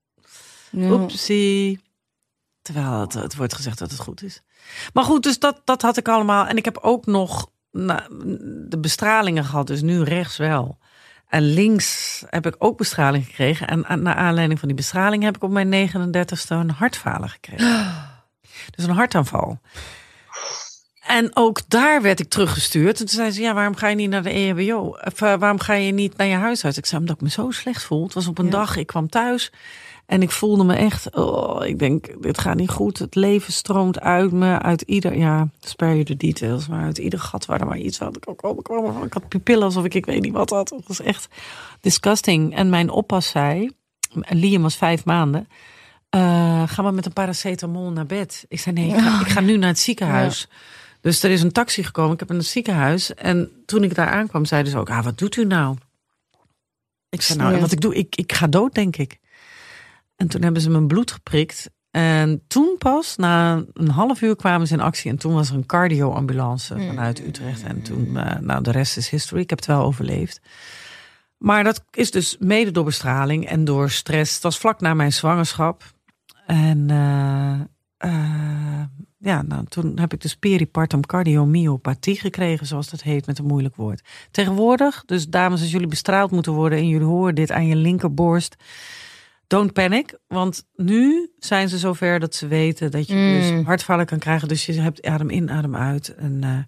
oepsie. Terwijl het wordt gezegd dat het goed is. Maar goed, dus dat had ik allemaal. En ik heb ook nog de bestralingen gehad, dus nu rechts wel. En links heb ik ook bestraling gekregen. En naar aanleiding van die bestraling heb ik op mijn 39ste een hartfalen gekregen. Dus een hartaanval. En ook daar werd ik teruggestuurd. En toen zei ze, waarom ga je niet naar de EHBO? Of waarom ga je niet naar je huisarts? Ik zei, omdat ik me zo slecht voel. Het was op een dag, ik kwam thuis. En ik voelde me echt, ik denk, dit gaat niet goed. Het leven stroomt uit me, uit ieder, spare je de details, maar uit ieder gat waar er maar iets had. Ik had pupillen alsof ik weet niet wat had. Het was echt disgusting. En mijn oppas zei, Liam was 5 maanden, ga maar met een paracetamol naar bed. Ik zei, nee, ik ga nu naar het ziekenhuis. Ja. Dus er is een taxi gekomen, ik heb in het ziekenhuis. En toen ik daar aankwam, zeiden ze ook, wat doet u nou? Ik zei, wat ik doe, ik ga dood, denk ik. En toen hebben ze mijn bloed geprikt. En toen pas, na een half uur kwamen ze in actie. En toen was er een cardioambulance vanuit Utrecht. En toen, de rest is history. Ik heb het wel overleefd. Maar dat is dus mede door bestraling en door stress. Het was vlak na mijn zwangerschap. En toen heb ik dus peripartum cardiomyopathie gekregen, zoals dat heet met een moeilijk woord. Tegenwoordig, dus dames, als jullie bestraald moeten worden en jullie horen dit aan je linkerborst, don't panic, want nu zijn ze zover dat ze weten dat je dus hartfalen kan krijgen. Dus je hebt adem in, adem uit. En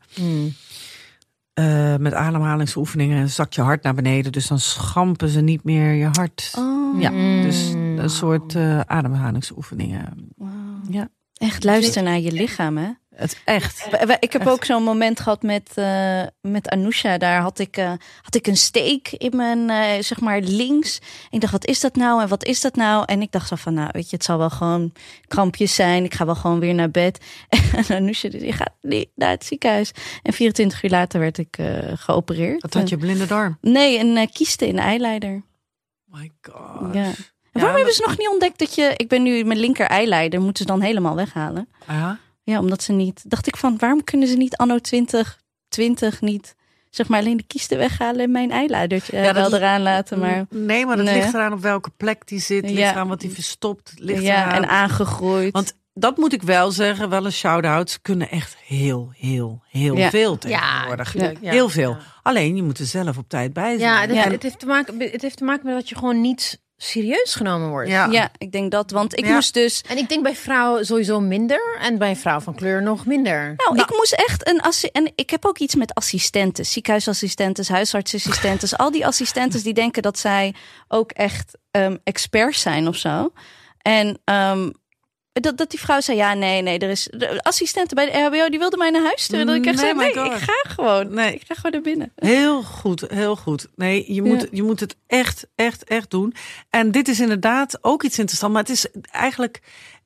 met ademhalingsoefeningen zakt je hart naar beneden. Dus dan schampen ze niet meer je hart. Oh. Ja, dus een soort ademhalingsoefeningen. Wow. Ja. Echt luisteren naar je lichaam, hè? Het echt. Ik heb ook zo'n moment gehad met Anousha. Daar had ik een steek in mijn, zeg maar, links. En ik dacht, wat is dat nou? En wat is dat nou? En ik dacht zo van, weet je, het zal wel gewoon krampjes zijn. Ik ga wel gewoon weer naar bed. En Anousha, die gaat niet naar het ziekenhuis. En 24 uur later werd ik geopereerd. Wat had je, blinde darm? Nee, een kieste in de eileider. My god. Ja. En waarom hebben ze nog niet ontdekt dat ik ben nu mijn linker eileider, moeten ze dan helemaal weghalen? Ja. Ja, omdat ze niet, dacht ik van, waarom kunnen ze niet anno 2020 niet, zeg maar, alleen de kiesten weghalen en mijn eileidertje wel eraan laten, maar... Nee, maar dat ligt eraan op welke plek die zit, ligt eraan wat die verstopt, ligt eraan. En aangegroeid. Want dat moet ik wel zeggen, wel een shout-out, ze kunnen echt heel veel tegenwoordig. Ja. Heel veel. Ja. Alleen, je moet er zelf op tijd bij zijn. Ja, het heeft te maken met dat je gewoon niet serieus genomen wordt. Ja, ik denk dat, want ik moest dus... En ik denk bij vrouwen sowieso minder en bij vrouw van kleur nog minder. Nou, ik moest echt en ik heb ook iets met assistenten, ziekenhuisassistenten, huisartsassistenten, al die assistenten die denken dat zij ook echt experts zijn of zo. En dat die vrouw zei, nee, er is de assistenten bij de RHBO, die wilde mij naar huis sturen. Dat ik echt zei, ik ga gewoon. Ik ga gewoon naar binnen. Heel goed. Nee, je moet het echt doen. En dit is inderdaad ook iets interessants. Maar het is eigenlijk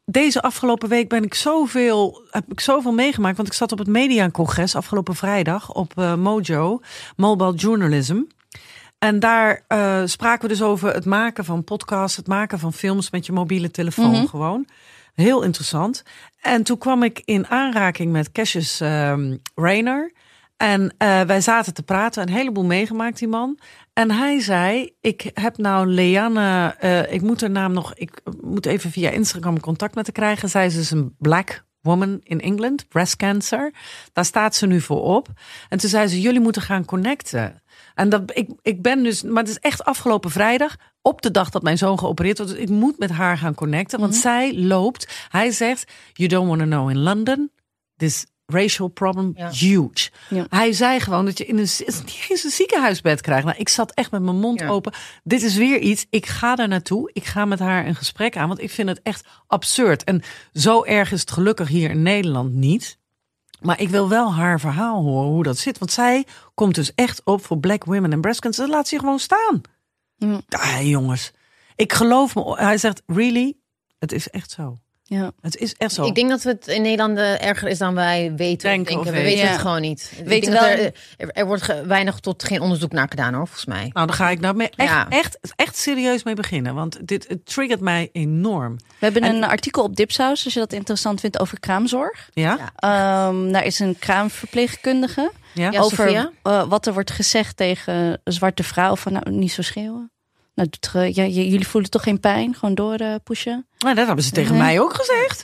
deze afgelopen week heb ik zoveel meegemaakt. Want ik zat op het Mediacongres afgelopen vrijdag op Mojo, Mobile Journalism. En daar spraken we dus over het maken van podcasts, het maken van films met je mobiele telefoon gewoon. Heel interessant. En toen kwam ik in aanraking met Cassius Rayner. En wij zaten te praten, een heleboel meegemaakt, die man. En hij zei, ik heb nou Leanne, ik moet even via Instagram contact met haar krijgen. Zij is dus een black woman in England, breast cancer. Daar staat ze nu voor op. En toen zei ze, jullie moeten gaan connecten. En ik ben dus, maar het is echt afgelopen vrijdag, op de dag dat mijn zoon geopereerd wordt. Dus ik moet met haar gaan connecten, want zij loopt. Hij zegt, you don't want to know in London, this racial problem, huge. Ja. Hij zei gewoon dat je niet eens een ziekenhuisbed krijgt. Nou, ik zat echt met mijn mond open. Dit is weer iets, ik ga daar naartoe. Ik ga met haar een gesprek aan, want ik vind het echt absurd. En zo erg is het gelukkig hier in Nederland niet. Maar ik wil wel haar verhaal horen, hoe dat zit. Want zij komt dus echt op voor black women en breast cancer. Dat laat ze gewoon staan. Ja, jongens. Ik geloof me. Hij zegt, really? Het is echt zo. Ja. Het is echt zo. Ik denk dat het in Nederland erger is dan wij weten. We weten het gewoon niet. Er wordt weinig tot geen onderzoek naar gedaan, hoor, volgens mij. Nou, dan ga ik daar echt serieus mee beginnen. Want het triggert mij enorm. We hebben een artikel op Dipsaus, als je dat interessant vindt, over kraamzorg. Ja? Daar is een kraamverpleegkundige. Ja? Over wat er wordt gezegd tegen zwarte vrouwen. Van nou, niet zo schreeuwen. Nou, jullie voelen toch geen pijn? Gewoon doorpushen? Nou, dat hebben ze tegen mij ook gezegd.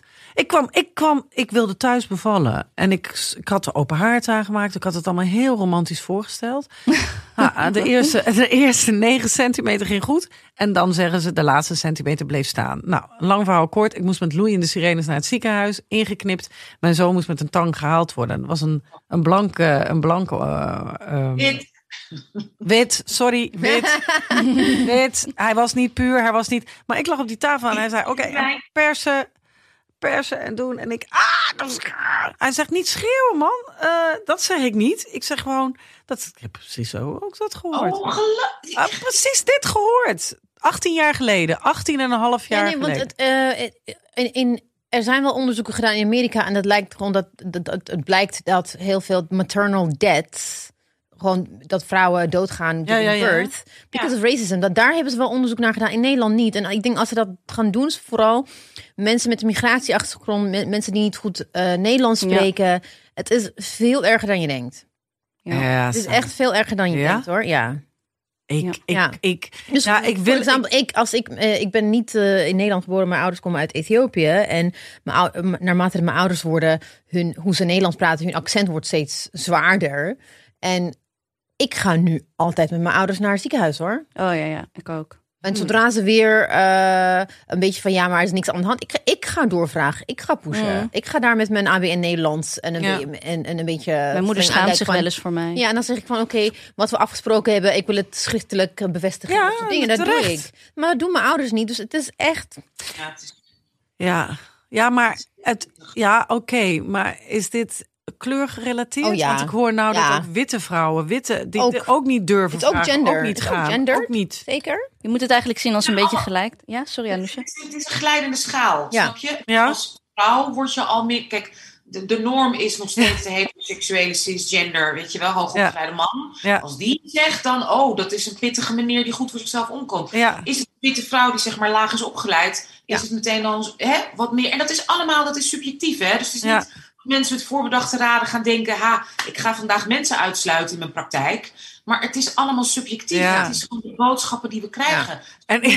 Ik wilde thuis bevallen. En ik had de open haard aangemaakt. Ik had het allemaal heel romantisch voorgesteld. De eerste 9 centimeter ging goed. En dan zeggen ze, de laatste centimeter bleef staan. Nou, lang verhaal kort. Ik moest met loeiende sirenes naar het ziekenhuis. Ingeknipt. Mijn zoon moest met een tang gehaald worden. Dat was een blanke wit. Wit. Hij was niet puur, Maar ik lag op die tafel en hij zei, oké, persen en doen. En hij zegt, niet schreeuwen, man. Dat zeg ik niet. Ik zeg gewoon, ik heb precies zo ook dat gehoord. Precies dit gehoord. 18 jaar geleden. 18,5 jaar geleden. Want er zijn wel onderzoeken gedaan in Amerika. En dat lijkt gewoon het blijkt dat heel veel maternal deaths, gewoon dat vrouwen doodgaan giving birth. Because of racism. Daar hebben ze wel onderzoek naar gedaan. In Nederland niet. En ik denk als ze dat gaan doen, vooral mensen met een migratieachtergrond, mensen die niet goed Nederlands spreken. Ja. Het is veel erger dan je denkt. Ja. Het is echt veel erger dan je denkt, hoor. Ja. Ik ben niet in Nederland geboren. Mijn ouders komen uit Ethiopië. En naarmate mijn ouders worden, hoe ze Nederlands praten, hun accent wordt steeds zwaarder. En ik ga nu altijd met mijn ouders naar het ziekenhuis, hoor. Oh ja, ik ook. En zodra ze weer een beetje van maar er is niks aan de hand. Ik ga doorvragen. Ik ga pushen. Ik ga daar met mijn ABN Nederlands en een beetje. Mijn moeder schaamt zich wel eens voor mij. Ja, en dan zeg ik van oké, wat we afgesproken hebben, ik wil het schriftelijk bevestigen. Ja, dat soort dingen, dat doe ik. Maar dat doen mijn ouders niet. Dus het is echt. Maar is dit kleurgerelateerd? Oh, ja. Want ik hoor nou dat ook witte vrouwen, die ook niet durven vragen, gender. ook niet gaan. Ook niet. Zeker. Je moet het eigenlijk zien als een beetje gelijk. Ja, sorry Anousha. Het is een glijdende schaal, snap je? Ja. Als vrouw word je al meer. Kijk, de norm is nog steeds de heteroseksuele cisgender, weet je wel, hoogopgeleide man. Ja. Als die zegt dan, dat is een pittige meneer die goed voor zichzelf omkomt. Ja. Is het een witte vrouw die zeg maar laag is opgeleid, is het meteen dan wat meer. En dat is subjectief, hè? Dus het is niet mensen met voorbedachte raden gaan denken, ik ga vandaag mensen uitsluiten in mijn praktijk. Maar het is allemaal subjectief. Ja. Het is gewoon de boodschappen die we krijgen. Ja. En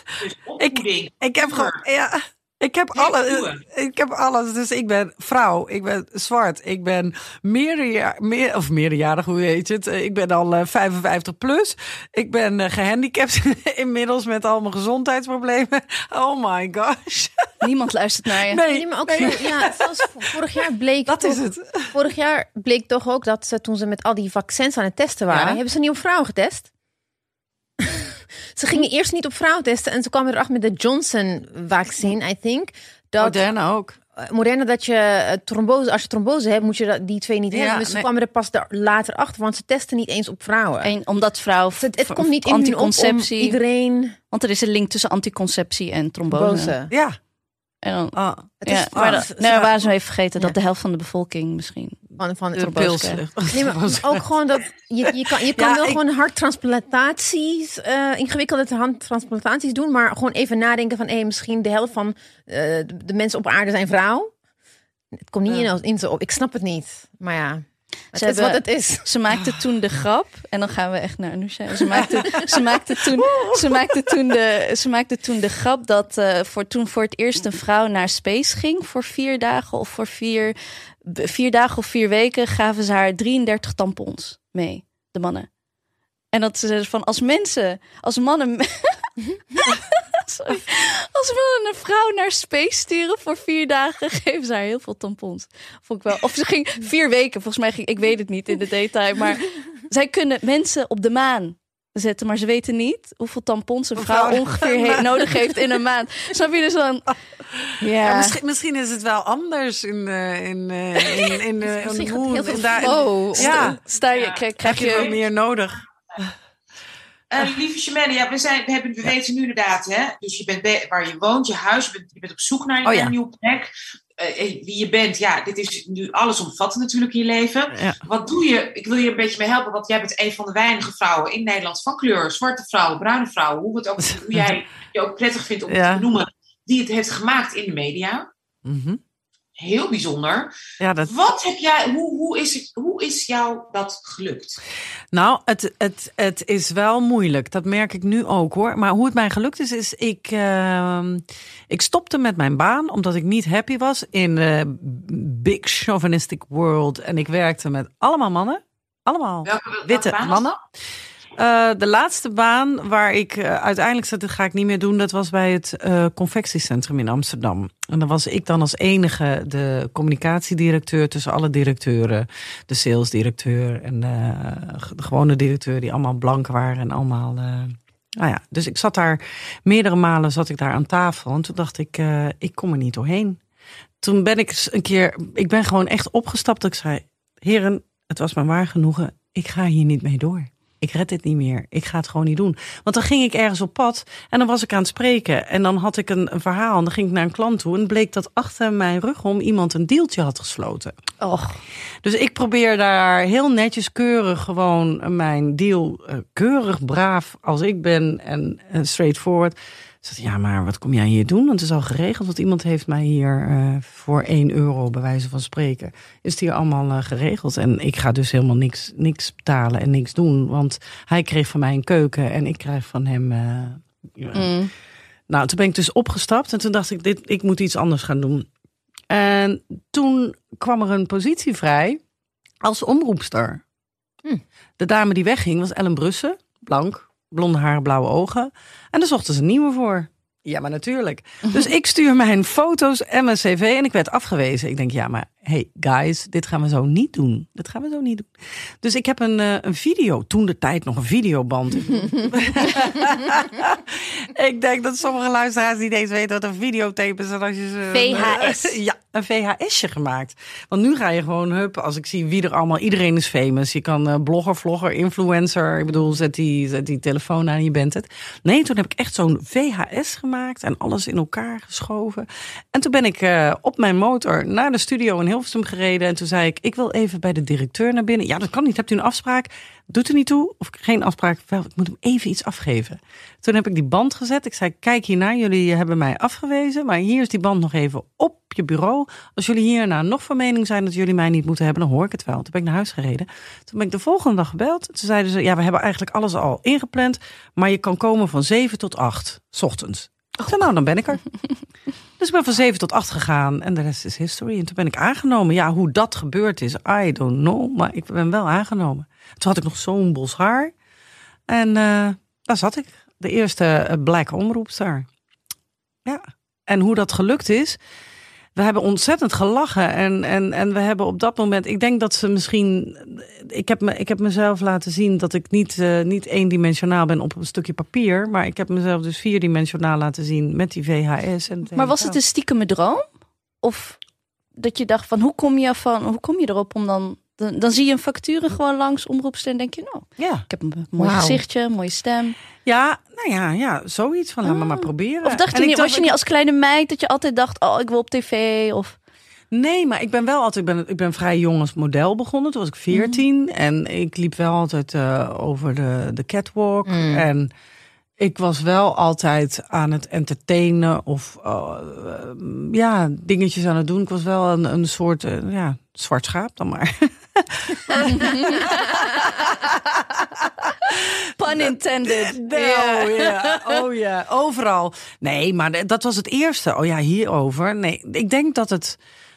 ik heb alles. Dus ik ben vrouw, ik ben zwart, ik ben meerderjarig, hoe heet het? Ik ben al 55 plus. Ik ben gehandicapt inmiddels met al mijn gezondheidsproblemen. Oh my gosh. Niemand luistert naar je. Nee, maar ook zoals vorig jaar bleek. Dat is het. Vorig jaar bleek toch ook dat toen ze met al die vaccins aan het testen waren, hebben ze niet op vrouwen getest. Ze gingen eerst niet op vrouwen testen en ze kwamen erachter met de Johnson-vaccine, I think. Moderna ook. Moderna, dat je trombose, als je trombose hebt, moet je die twee niet hebben. Dus ze kwamen er pas later achter, want ze testen niet eens op vrouwen. En omdat vrouw het komt niet in anticonceptie. Iedereen. Want er is een link tussen anticonceptie en trombose. Ja. En dan, Het is maar Frans. we waren zo even vergeten dat de helft van de bevolking misschien Van De pils. Nee, maar ook gewoon dat je kan wel gewoon harttransplantaties, ingewikkelde harttransplantaties doen, maar gewoon even nadenken van misschien de helft van de mensen op aarde zijn vrouw. Het komt niet in ze op. Ik snap het niet. Maar ja, het is wat het is. Ze maakte toen de grap, en dan gaan we echt naar Anousha. Ze maakte toen de grap dat toen voor het eerst een vrouw naar space ging voor 4 dagen of voor 4 dagen of 4 weken gaven ze haar 33 tampons mee, de mannen. En dat ze van als mannen een vrouw naar space sturen voor 4 dagen, geven ze haar heel veel tampons. Vond ik wel. Of ze ging 4 weken, volgens mij ik weet het niet in de detail, maar zij kunnen mensen op de maan zetten, maar ze weten niet hoeveel tampons een vrouw ongeveer nodig heeft in een maand. Snap je dus dan? Ja. Misschien is het wel anders in heel veel krijg je wel meer nodig. Lieve Chimène, we weten nu inderdaad, hè? Dus je bent waar je woont, je huis, je bent op zoek naar een nieuwe plek. Wie je bent, dit is nu allesomvattend natuurlijk in je leven. Ja. Wat doe je? Ik wil je een beetje mee helpen, want jij bent een van de weinige vrouwen in Nederland van kleur, zwarte vrouwen, bruine vrouwen, hoe jij je ook prettig vindt om te benoemen, die het heeft gemaakt in de media. Mm-hmm. Heel bijzonder. Ja, wat heb jij? Hoe is jou dat gelukt? Nou, het is wel moeilijk. Dat merk ik nu ook hoor. Maar hoe het mij gelukt is ik stopte met mijn baan omdat ik niet happy was in big chauvinistic world. En ik werkte met allemaal mannen. Allemaal witte mannen. De laatste baan waar ik uiteindelijk zei, dat ga ik niet meer doen, dat was bij het confectiecentrum in Amsterdam. En dan was ik dan als enige de communicatiedirecteur tussen alle directeuren. De salesdirecteur en de gewone directeur die allemaal blank waren en allemaal... Dus ik zat daar, meerdere malen zat ik daar aan tafel. En toen dacht ik kom er niet doorheen. Toen ben ik ben gewoon echt opgestapt. Ik zei, heren, het was me waar genoegen. Ik ga hier niet mee door. Ik red dit niet meer. Ik ga het gewoon niet doen. Want dan ging ik ergens op pad en dan was ik aan het spreken. En dan had ik een verhaal en dan ging ik naar een klant toe. En bleek dat achter mijn rug om iemand een dealtje had gesloten. Och. Dus ik probeer daar heel netjes, keurig gewoon mijn deal, keurig braaf als ik ben en straightforward. Ik zei, ja, maar wat kom jij hier doen? Want het is al geregeld, want iemand heeft mij hier voor €1 bij wijze van spreken. Is het hier allemaal geregeld? En ik ga dus helemaal niks betalen en niks doen. Want hij kreeg van mij een keuken en ik krijg van hem... Nou, toen ben ik dus opgestapt en toen dacht ik, ik moet iets anders gaan doen. En toen kwam er een positie vrij als omroepster. De dame die wegging was Ellen Brussen, blank. Blonde haren, blauwe ogen. En daar zochten ze een nieuwe voor. Ja, maar natuurlijk. Dus ik stuur mijn foto's en mijn cv en ik werd afgewezen. Ik denk, ja, maar hey guys, dit gaan we zo niet doen. Dus ik heb een video, toen de tijd nog een videoband. Ik denk dat sommige luisteraars niet eens weten wat een videotape is. En als je VHS. Een VHSje gemaakt. Want nu ga je gewoon, als ik zie wie er allemaal, iedereen is famous. Je kan blogger, vlogger, influencer. Ik bedoel, zet die telefoon aan, je bent het. Nee, toen heb ik echt zo'n VHS gemaakt en alles in elkaar geschoven. En toen ben ik op mijn motor naar de studio in Hilversum gereden. En toen zei ik wil even bij de directeur naar binnen. Ja, dat kan niet. Hebt u een afspraak? Doet er niet toe. Of geen afspraak. Wel, ik moet hem even iets afgeven. Toen heb ik die band gezet. Ik zei, kijk hiernaar. Jullie hebben mij afgewezen. Maar hier is die band nog even op je bureau. Als jullie hierna nog van mening zijn dat jullie mij niet moeten hebben, dan hoor ik het wel. Toen ben ik naar huis gereden. Toen ben ik de volgende dag gebeld. Toen zeiden ze, ja, we hebben eigenlijk alles al ingepland. Maar je kan komen van 7 tot 8 's ochtends. Ik zei, nou, dan ben ik er. Dus ik ben van 7 tot 8 gegaan en de rest is history. En toen ben ik aangenomen. Ja, hoe dat gebeurd is, I don't know. Maar ik ben wel aangenomen. Toen had ik nog zo'n bos haar. En daar zat ik. De eerste black omroepster. Ja. En hoe dat gelukt is. We hebben ontzettend gelachen. En we hebben op dat moment... Ik denk dat ze misschien... Ik heb mezelf laten zien dat ik niet eendimensionaal ben op een stukje papier. Maar ik heb mezelf dus 4-dimensionaal laten zien met die VHS. Maar was het een stiekeme droom? Of dat je dacht van hoe kom je erop om dan Dan zie je een vacature gewoon langs omroepster en denk je, nou, Ja. ik heb een mooi Wauw. gezichtje, een mooie stem. Ja, nou ja, zoiets van laat me maar proberen. Of dacht En je niet, ik was je niet als kleine meid dat je altijd dacht, oh, ik wil op tv? Of... Nee, maar ik ben wel altijd. Ik ben vrij jong als model begonnen. Toen was ik 14 en ik liep wel altijd over de catwalk. En ik was wel altijd aan het entertainen of dingetjes aan het doen. Ik was wel een soort zwart schaap dan maar. Pun intended. Oh ja, overal. Nee, maar dat was het eerste. Oh ja, hierover. Nee, ik denk dat het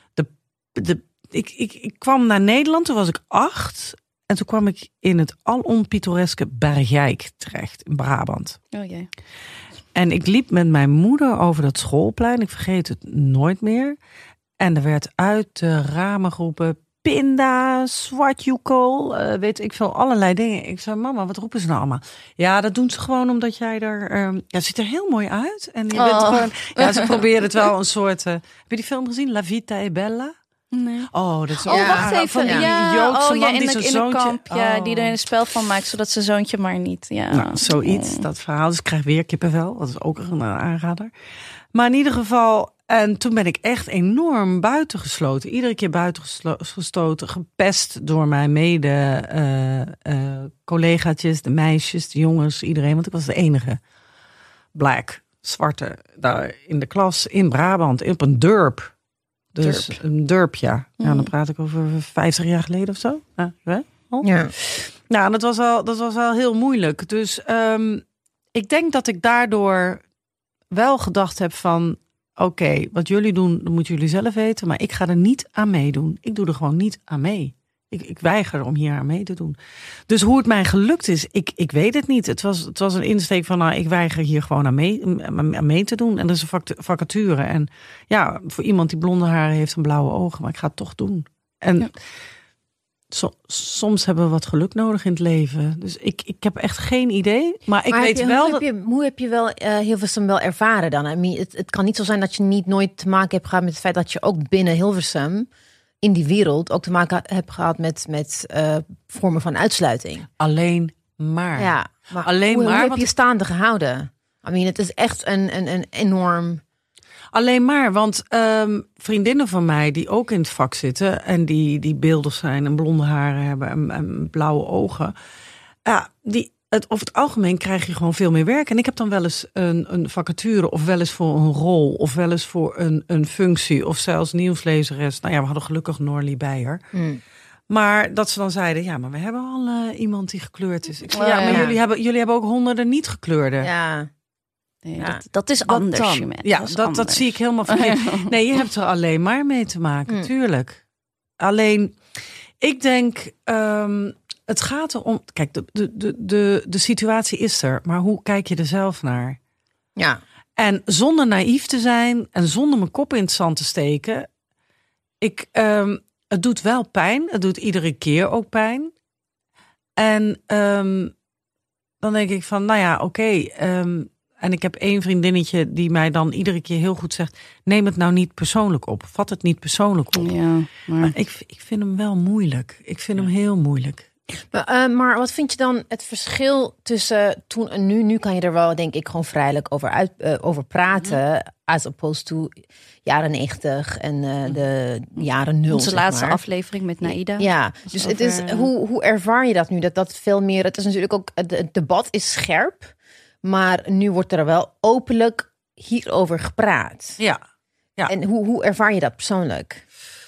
ik kwam naar Nederland, toen was ik 8. En toen kwam ik in het alom pittoreske Bergijk terecht, in Brabant. Oh jee. En ik liep met mijn moeder over dat schoolplein. Ik vergeet het nooit meer. En er werd uit de ramen geroepen, pinda, zwartjoekel, weet ik veel, allerlei dingen. Ik zei, mama, wat roepen ze nou allemaal? Ja, dat doen ze gewoon omdat jij er... het ziet er heel mooi uit. En je bent gewoon... Ja, ze proberen het wel een soort... heb je die film gezien? La Vita è Bella? Nee. Oh, dat is Oh, ook wacht even. van die Ja, Joodse man in die de, zijn in de zoontje... kamp. Ja, die er een spel van maakt, zodat zijn zoontje maar niet. Ja. Nou, zoiets, dat verhaal. Dus ik krijg weer kippenvel. Dat is ook een aanrader. Maar in ieder geval... En toen ben ik echt enorm buitengesloten. Iedere keer buitengestoten, gepest door mijn collegaatjes, de meisjes, de jongens, iedereen. Want ik was de enige zwarte daar in de klas in Brabant, op een dorp. Dus een dorp, ja. Ja, dan praat ik over 50 jaar geleden of zo. Ja. Nou, dat was wel heel moeilijk. Dus ik denk dat ik daardoor wel gedacht heb van... Oké, wat jullie doen, dat moeten jullie zelf weten. Maar ik ga er niet aan meedoen. Ik doe er gewoon niet aan mee. Ik weiger om hier aan mee te doen. Dus hoe het mij gelukt is, ik weet het niet. Het was een insteek van, ik weiger hier gewoon aan mee te doen. En er is een vacature. En ja, voor iemand die blonde haren heeft en blauwe ogen. Maar ik ga het toch doen. En soms hebben we wat geluk nodig in het leven. Dus ik heb echt geen idee. Maar ik weet wel hoe heb je wel Hilversum wel ervaren dan? I mean, het kan niet zo zijn dat je nooit te maken hebt gehad met het feit dat je ook binnen Hilversum in die wereld ook te maken hebt gehad met vormen van uitsluiting. Alleen maar. Ja, maar alleen hoe heb je staande gehouden? I mean, het is echt een enorm... Alleen maar, want vriendinnen van mij die ook in het vak zitten... en die beeldig zijn en blonde haren hebben en blauwe ogen... over het algemeen krijg je gewoon veel meer werk. En ik heb dan wel eens een vacature of wel eens voor een rol... of wel eens voor een functie of zelfs nieuwslezeres. Nou ja, we hadden gelukkig Norlie Beijer. Maar dat ze dan zeiden, ja, maar we hebben al iemand die gekleurd is. Ik zei, maar jullie hebben ook honderden niet gekleurde. Ja. Nee, dat is anders. Ja, dat zie ik helemaal verkeerd. Nee, je hebt er alleen maar mee te maken, tuurlijk. Alleen, ik denk, het gaat erom... Kijk, de situatie is er, maar hoe kijk je er zelf naar? Ja. En zonder naïef te zijn en zonder mijn kop in het zand te steken... het doet wel pijn, het doet iedere keer ook pijn. En dan denk ik van, nou ja, oké... En ik heb één vriendinnetje die mij dan iedere keer heel goed zegt... neem het nou niet persoonlijk op. Vat het niet persoonlijk op. Ja, maar ik vind hem wel moeilijk. Ik vind hem heel moeilijk. Maar wat vind je dan het verschil tussen toen en nu? Nu kan je er wel, denk ik, gewoon vrijelijk over praten. As opposed to jaren 90 en de jaren 0. Onze laatste aflevering met Naida. Ja, dus het is, hoe ervaar je dat nu? Dat veel meer... Het is natuurlijk ook... Het debat is scherp... Maar nu wordt er wel openlijk hierover gepraat. Ja. En hoe ervaar je dat persoonlijk?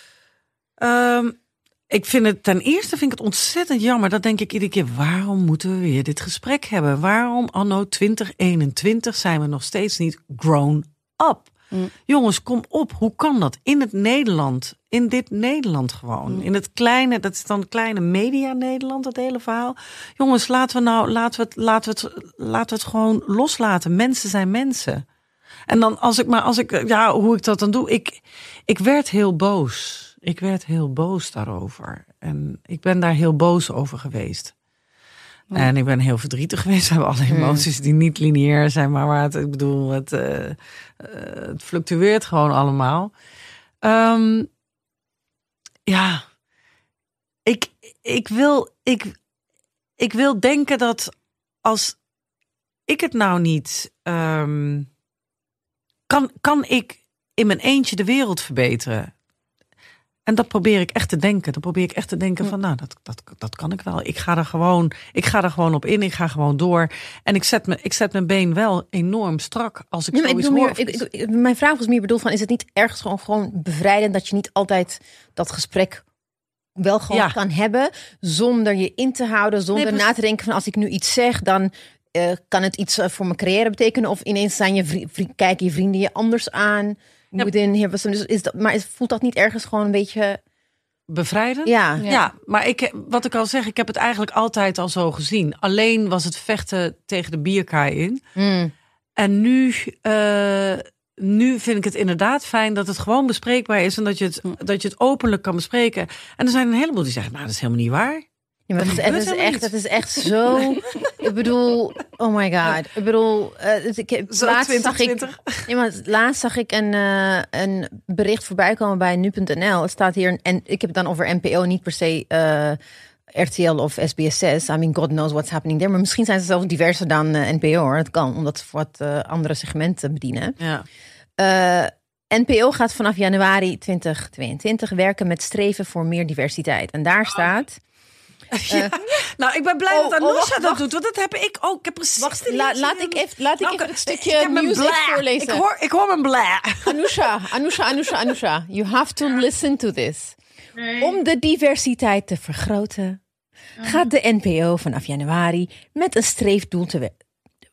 Ik vind het ten eerste ontzettend jammer. Dat denk ik iedere keer, waarom moeten we weer dit gesprek hebben? Waarom anno 2021 zijn we nog steeds niet grown up? Jongens, kom op. Hoe kan dat? In het Nederland. In dit Nederland gewoon. In het kleine, dat is dan kleine media Nederland, dat hele verhaal. Jongens, laten we het gewoon loslaten. Mensen zijn mensen. En dan hoe ik dat dan doe. Ik werd heel boos. Ik werd heel boos daarover. En ik ben daar heel boos over geweest. En ik ben heel verdrietig geweest. We hebben alle emoties die niet lineair zijn, maar het fluctueert gewoon allemaal. Ik wil denken dat als ik het nou niet... kan ik in mijn eentje de wereld verbeteren? En dat probeer ik echt te denken. Dan probeer ik echt te denken van, nou, dat kan ik wel. Ik ga er gewoon op in. Ik ga gewoon door. En ik zet mijn been wel enorm strak als ik zoiets hoor. Mijn vraag was meer bedoeld van, is het niet ergens gewoon bevrijdend dat je niet altijd dat gesprek wel gewoon kan hebben, zonder je in te houden, zonder na te denken van, als ik nu iets zeg, dan kan het iets voor mijn carrière betekenen, of ineens zijn kijken je vrienden je anders aan. Maar voelt dat niet ergens gewoon een beetje bevrijdend? Ja, maar wat ik al zeg, ik heb het eigenlijk altijd al zo gezien. Alleen was het vechten tegen de bierkaai in. En nu vind ik het inderdaad fijn dat het gewoon bespreekbaar is en dat je het openlijk kan bespreken. En er zijn een heleboel die zeggen, nou, dat is helemaal niet waar. Ja, maar het is echt zo. Ik bedoel, oh my god. Ik bedoel, laatst zag ik een bericht voorbij komen bij nu.nl. Het staat hier, en ik heb het dan over NPO, niet per se RTL of SBS6. I mean, God knows what's happening there. Maar misschien zijn ze zelfs diverser dan NPO, hoor. Het kan, omdat ze voor wat andere segmenten bedienen. Ja. NPO gaat vanaf januari 2022 werken met streven voor meer diversiteit. En daar staat... Nou, ik ben blij dat Anousha dat doet, want dat heb ik ook. Ik heb precies. Laat ik even het stukje nieuws voorlezen. Ik hoor mijn bla. Anousha, you have to listen to this. Nee. Om de diversiteit te vergroten, gaat de NPO vanaf januari met een streefdoel te werken.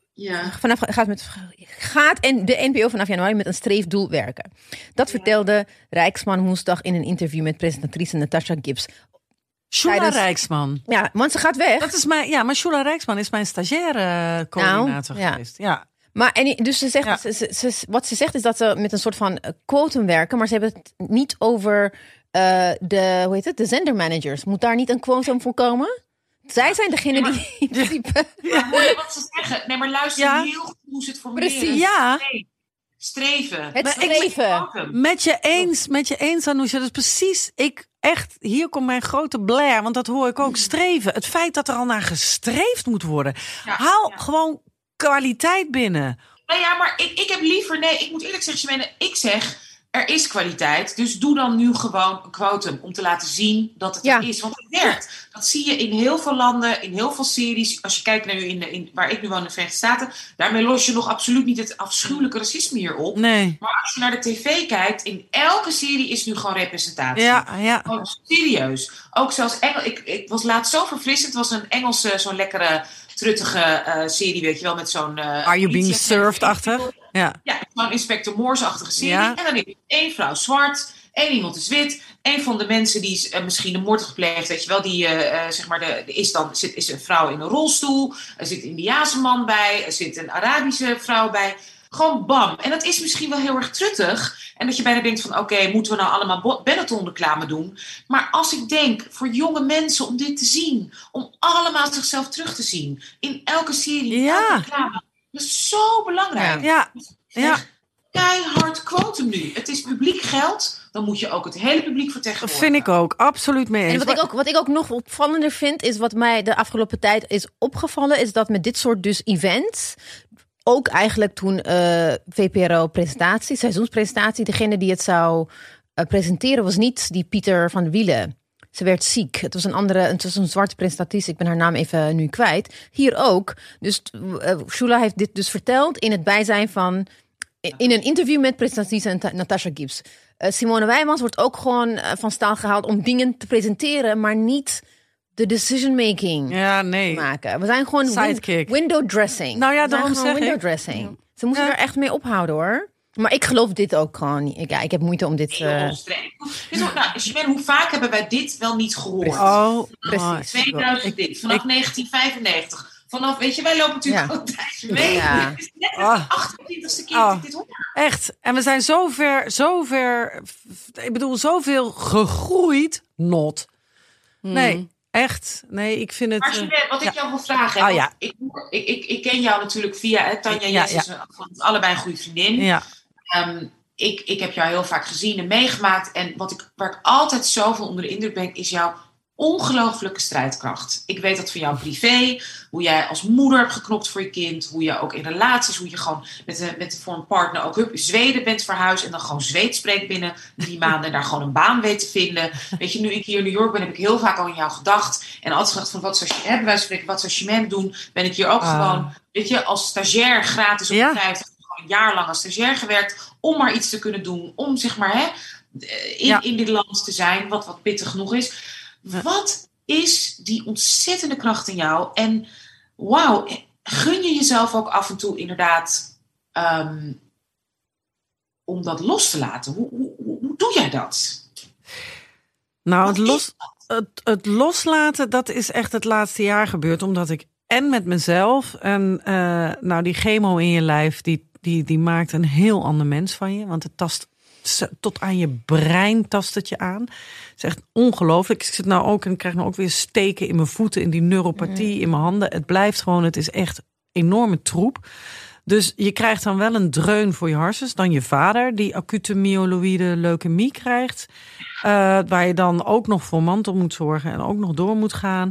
Gaat de NPO vanaf januari met een streefdoel werken. Dat vertelde Rijksman woensdag in een interview met presentatrice Natasha Gibbs. Shula Rijksman. Ja, want ze gaat weg. Dat is maar Shula Rijksman is mijn stagiaire coördinator geweest. Ja. Maar dus ze zegt, wat ze zegt is dat ze met een soort van quotum werken, maar ze hebben het niet over de zendermanagers. Moet daar niet een quotum voor komen? Zij zijn degene die in principe... Ja, wat ze zeggen. Nee, maar luister heel goed hoe ze het formuleren. Precies. Ja. Streven. Het streven. Met je eens, Anousha. Dat is precies, hier komt mijn grote blair, want dat hoor ik ook, streven. Het feit dat er al naar gestreefd moet worden. Haal gewoon kwaliteit binnen. Nou ja, maar ik heb liever, ik moet eerlijk zeggen, Jemene, ik zeg, er is kwaliteit, dus doe dan nu gewoon een quotum om te laten zien dat het er is. Want het werkt. Dat zie je in heel veel landen, in heel veel series. Als je kijkt naar waar ik nu woon in de Verenigde Staten, daarmee los je nog absoluut niet het afschuwelijke racisme hier op. Nee. Maar als je naar de tv kijkt, in elke serie is nu gewoon representatie. Ja. Gewoon serieus. Ook zelfs ik was laatst zo verfrissend. Het was een Engelse, zo'n lekkere, truttige serie, weet je wel, met zo'n... Are you being served-achtig? Ja, zo'n Inspector Morse-achtige serie. Ja. En dan is één vrouw zwart, één iemand is wit. Een van de mensen die misschien een moord heeft gepleegd, weet je wel, die is een vrouw in een rolstoel. Er zit een Indiaanse man bij, er zit een Arabische vrouw bij. Gewoon bam. En dat is misschien wel heel erg truttig. En dat je bijna denkt van, oké, moeten we nou allemaal Benetton-reclame doen? Maar als ik denk, voor jonge mensen om dit te zien, om allemaal zichzelf terug te zien, in elke serie, elke reclame, dat is zo belangrijk. Ja. Keihard quotum nu. Het is publiek geld, dan moet je ook het hele publiek vertegenwoordigen. Vind ik ook, absoluut mee eens. En wat ik ook nog opvallender vind, is wat mij de afgelopen tijd is opgevallen, is dat met dit soort dus events, ook eigenlijk toen VPRO-presentatie, seizoenspresentatie, degene die het zou presenteren was niet die Pieter van der Wielen. Ze werd ziek. Het was een zwarte presentatrice. Ik ben haar naam even nu kwijt. Hier ook. Dus Shula heeft dit dus verteld in het bijzijn van, in een interview met presentatrice Natasha Gibbs. Simone Wijmans wordt ook gewoon van staal gehaald om dingen te presenteren, maar niet de decision making maken. We zijn gewoon window dressing. Nou ja, daarom zeg window dressing. Ze moeten er echt mee ophouden, hoor. Maar ik geloof dit ook gewoon niet. Ik heb moeite om dit... Hoe vaak hebben wij dit wel niet gehoord? Oh, precies. 2000 dit. Vanaf 1995. Vanaf, weet je, wij lopen natuurlijk al een tijdje mee. Ja. Het is net de 28e keer dat ik dit hoor. Echt. En we zijn zover... Ik bedoel, zoveel gegroeid. Not. Nee. Echt? Nee, ik vind het... Maar wat ik jou wil vragen... ja. Ik ken jou natuurlijk via... Tanja Jess is allebei een goede vriendin. Ja. Ik heb jou heel vaak gezien en meegemaakt. En waar ik altijd zoveel onder de indruk ben... is jouw ongelooflijke strijdkracht. Ik weet dat van jou privé, hoe jij als moeder hebt geknopt voor je kind, hoe je ook in relaties, hoe je gewoon voor een partner ook Zweden bent verhuisd en dan gewoon Zweeds spreekt binnen 3 maanden en daar gewoon een baan weet te vinden. Weet je, nu ik hier in New York ben, heb ik heel vaak al aan jou gedacht en altijd gedacht van wat zou Chimène doen, ben ik hier ook gewoon, weet je, als stagiair gratis op de tijd, gewoon een jaar lang als stagiair gewerkt, om maar iets te kunnen doen, om zeg maar in dit land te zijn, wat pittig genoeg is. Wat is die ontzettende kracht in jou? En wauw, gun je jezelf ook af en toe inderdaad om dat los te laten? Hoe doe jij dat? Nou, het loslaten, dat is echt het laatste jaar gebeurd. Omdat ik met mezelf en die chemo in je lijf, die maakt een heel ander mens van je. Want het tast tot aan je brein tast het je aan. Het is echt ongelooflijk. Ik zit nou ook en krijg nou ook weer steken in mijn voeten, in die neuropathie, in mijn handen. Het blijft gewoon, het is echt enorme troep. Dus je krijgt dan wel een dreun voor je hersens. Dan je vader, die acute myeloïde leukemie krijgt. Waar je dan ook nog voor mantel moet zorgen en ook nog door moet gaan.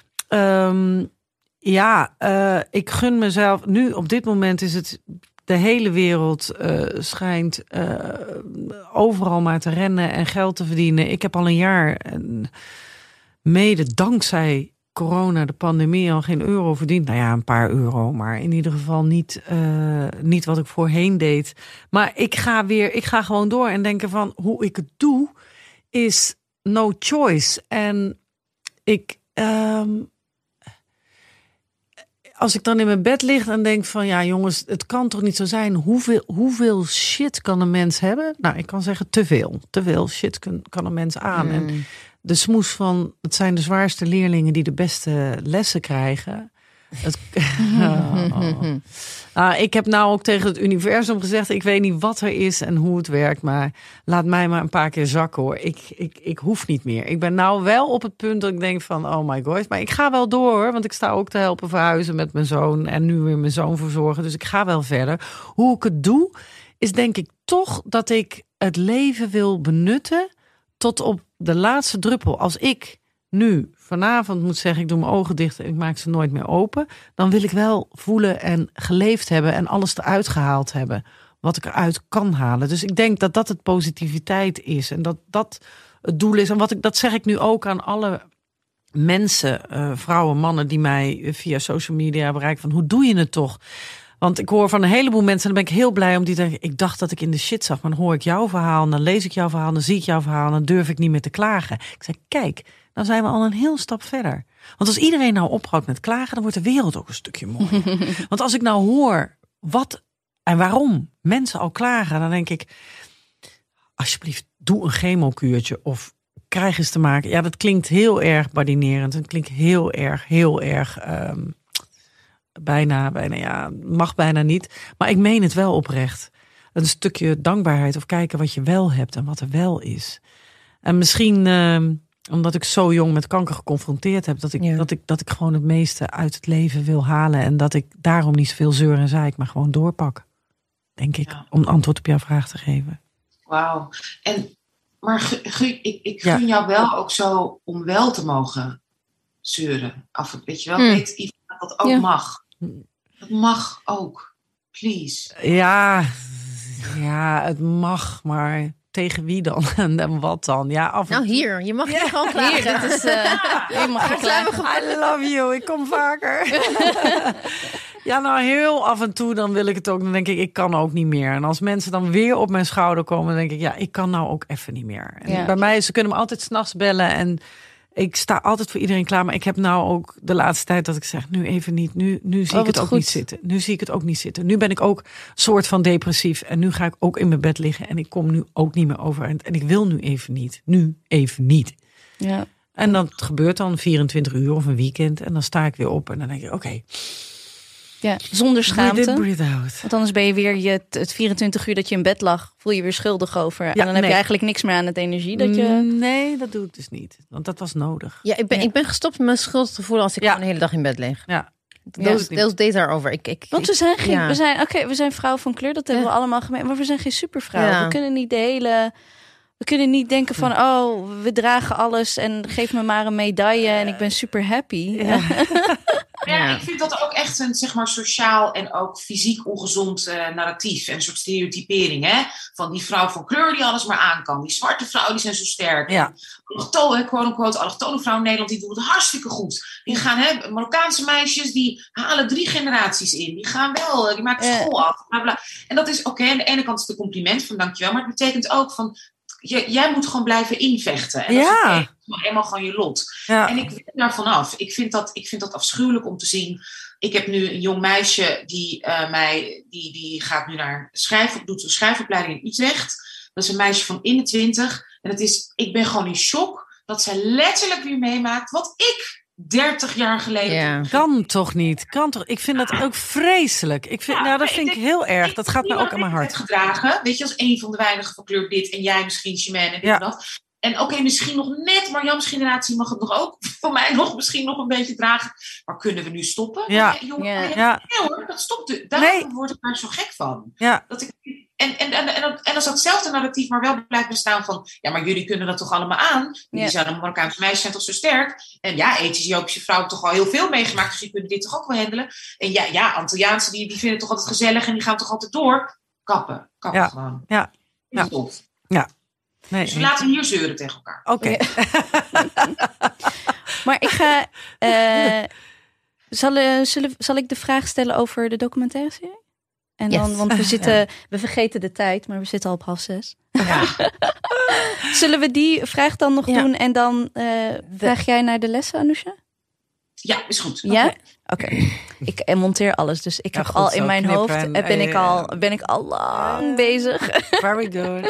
Ik gun mezelf. Nu, op dit moment is het. De hele wereld schijnt overal maar te rennen en geld te verdienen. Ik heb al een jaar, mede dankzij corona, de pandemie, al geen euro verdiend. Nou ja, een paar euro, maar in ieder geval niet wat ik voorheen deed. Maar ik ga gewoon door en denken van hoe ik het doe is no choice. En als ik dan in mijn bed lig en denk van ja jongens, het kan toch niet zo zijn. Hoeveel shit kan een mens hebben? Nou, ik kan zeggen te veel shit kan een mens aan. En de smoes van, het zijn de zwaarste leerlingen die de beste lessen krijgen. Ik heb nou ook tegen het universum gezegd, ik weet niet wat er is en hoe het werkt, maar laat mij maar een paar keer zakken hoor. Ik hoef niet meer. Ik ben nou wel op het punt dat ik denk van oh my god, maar ik ga wel door hoor, want ik sta ook te helpen verhuizen met mijn zoon en nu weer mijn zoon verzorgen, dus ik ga wel verder. Hoe ik het doe, is denk ik toch dat ik het leven wil benutten tot op de laatste druppel. Als ik nu vanavond moet zeggen, ik doe mijn ogen dicht en ik maak ze nooit meer open, dan wil ik wel voelen en geleefd hebben en alles eruit gehaald hebben wat ik eruit kan halen. Dus ik denk dat dat het positiviteit is en dat het doel is. En dat zeg ik nu ook aan alle mensen, vrouwen, mannen die mij via social media bereiken van hoe doe je het toch? Want ik hoor van een heleboel mensen, en dan ben ik heel blij om die te denken, ik dacht dat ik in de shit zag, maar dan hoor ik jouw verhaal en dan lees ik jouw verhaal, dan zie ik jouw verhaal en dan durf ik niet meer te klagen. Ik zeg, kijk, dan zijn we al een heel stap verder. Want als iedereen nou ophoudt met klagen, dan wordt de wereld ook een stukje mooier. Want als ik nou hoor wat en waarom mensen al klagen, dan denk ik, alsjeblieft, doe een chemokuurtje of krijg eens te maken. Ja, dat klinkt heel erg badinerend. Het klinkt heel erg bijna, ja, mag bijna niet. Maar ik meen het wel oprecht. Een stukje dankbaarheid of kijken wat je wel hebt en wat er wel is. En misschien omdat ik zo jong met kanker geconfronteerd heb, dat ik gewoon het meeste uit het leven wil halen. En dat ik daarom niet zoveel zeur en zeik, maar gewoon doorpak. Denk ik, om antwoord op jouw vraag te geven. Wauw. Maar ik gun jou wel ook zo om wel te mogen zeuren. Weet je wel, weet Yves, dat ook mag. Dat mag ook. Please. Ja, het mag, maar tegen wie dan? En wat dan? Ja, hier, je mag hier gewoon klagen. Hier, dit is, je mag hier klagen. I love you, ik kom vaker. Ja, nou heel af en toe dan wil ik het ook. Dan denk ik kan ook niet meer. En als mensen dan weer op mijn schouder komen, dan denk ik, ja, ik kan nou ook even niet meer. En bij mij, ze kunnen me altijd 's nachts bellen en ik sta altijd voor iedereen klaar. Maar ik heb nou ook de laatste tijd dat ik zeg, nu even niet. Nu zie ik het ook niet zitten. Nu zie ik het ook niet zitten. Nu ben ik ook soort van depressief. En nu ga ik ook in mijn bed liggen. En ik kom nu ook niet meer over. En ik wil nu even niet. Nu even niet. Ja. En dat gebeurt dan 24 uur of een weekend. En dan sta ik weer op. En dan denk ik, oké. Ja, zonder schaamte. Breathe out. Want anders ben je weer het 24 uur dat je in bed lag, voel je weer schuldig over. Ja, en dan heb je eigenlijk niks meer aan het energie. Nee, dat doe ik dus niet. Want dat was nodig. Ja, ik ben gestopt met me schuldig te voelen als ik gewoon de hele dag in bed lig. Ja. Those days are over. Want we zijn vrouw van kleur, dat hebben we allemaal gemeen. Maar we zijn geen supervrouw. We kunnen niet de We kunnen niet denken van, we dragen alles en geef me maar een medaille en ik ben super happy. Ja, ik vind dat ook echt een zeg maar sociaal en ook fysiek ongezond narratief. En een soort stereotypering, hè? Van die vrouw van kleur die alles maar aan kan. Die zwarte vrouwen, die zijn zo sterk. Ja. Quote-unquote, allochtone vrouwen in Nederland, die doen het hartstikke goed. Die gaan, Marokkaanse meisjes, die halen 3 generaties in. Die gaan wel, die maken school af. Bla bla. En dat is oké. Aan de ene kant is het een compliment van dankjewel. Maar het betekent ook van, jij moet gewoon blijven invechten. En dat is eenmaal gewoon je lot. Ja. En ik wil daar vanaf. Ik vind dat afschuwelijk om te zien. Ik heb nu een jong meisje die gaat nu doet een schrijfopleiding in Utrecht. Dat is een meisje van 21. En ik ben gewoon in shock dat zij letterlijk weer meemaakt wat ik 30 jaar geleden. Kan toch niet? Ik vind dat ook vreselijk. Dat vind ik heel erg. Dat gaat me ook aan mijn hart. Gedragen, weet je, als een van de weinigen van kleur dit en jij misschien Chimène en dit en dat. En misschien nog net Marjams generatie mag het nog ook voor mij misschien nog een beetje dragen. Maar kunnen we nu stoppen? Nee hoor, dat stopt. Daar word ik daar zo gek van. Ja. En als datzelfde narratief maar wel blijft bestaan van, ja, maar jullie kunnen dat toch allemaal aan? Die zouden Marokkaanse meisjes zijn toch zo sterk? En Ethiopische vrouwen toch al heel veel meegemaakt, dus die kunnen dit toch ook wel handelen? En Antilliaanse, die vinden het toch altijd gezellig en die gaan toch altijd door? Kappen gewoon. Ja. Ja. Nee, dus we laten hier zeuren tegen elkaar. Oké. Maar ik ga... zal ik de vraag stellen over de documentaire serie? En dan, want we vergeten de tijd, maar we zitten al op 5:30. Ja. Zullen we die vraag dan nog doen en dan vraag jij naar de lessen, Anousha? Ja, is goed. Ja? Oké. Ik monteer alles, dus ik heb al in mijn hoofd ben ik al lang bezig. Very good.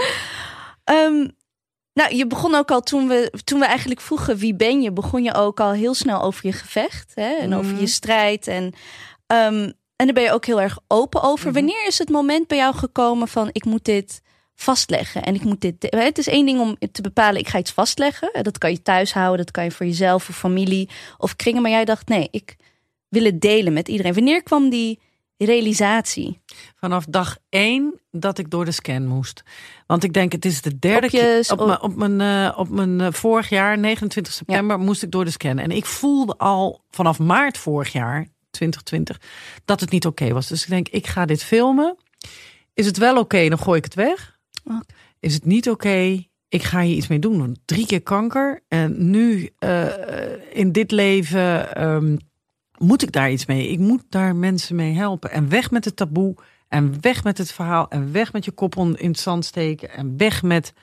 Je begon ook al toen we eigenlijk vroegen wie ben je, begon je ook al heel snel over je gevecht, hè? En over je strijd en daar ben je ook heel erg open over. Wanneer is het moment bij jou gekomen van ik moet dit vastleggen en ik moet dit. Het is één ding om te bepalen, ik ga iets vastleggen. Dat kan je thuis houden, dat kan je voor jezelf, voor familie of kringen. Maar jij dacht nee, ik wil het delen met iedereen. Wanneer kwam die realisatie? Vanaf dag 1 dat ik door de scan moest. Want ik denk het is de derde keer op mijn vorig jaar, 29 september, moest ik door de scan. En ik voelde al vanaf maart vorig jaar, 2020, dat het niet oké was. Dus ik denk, ik ga dit filmen. Is het wel oké, dan gooi ik het weg. Okay. Is het niet oké, ik ga hier iets mee doen. Want 3 keer kanker. En nu in dit leven moet ik daar iets mee. Ik moet daar mensen mee helpen. En weg met het taboe. En weg met het verhaal. En weg met je kop in het zand steken. En weg met...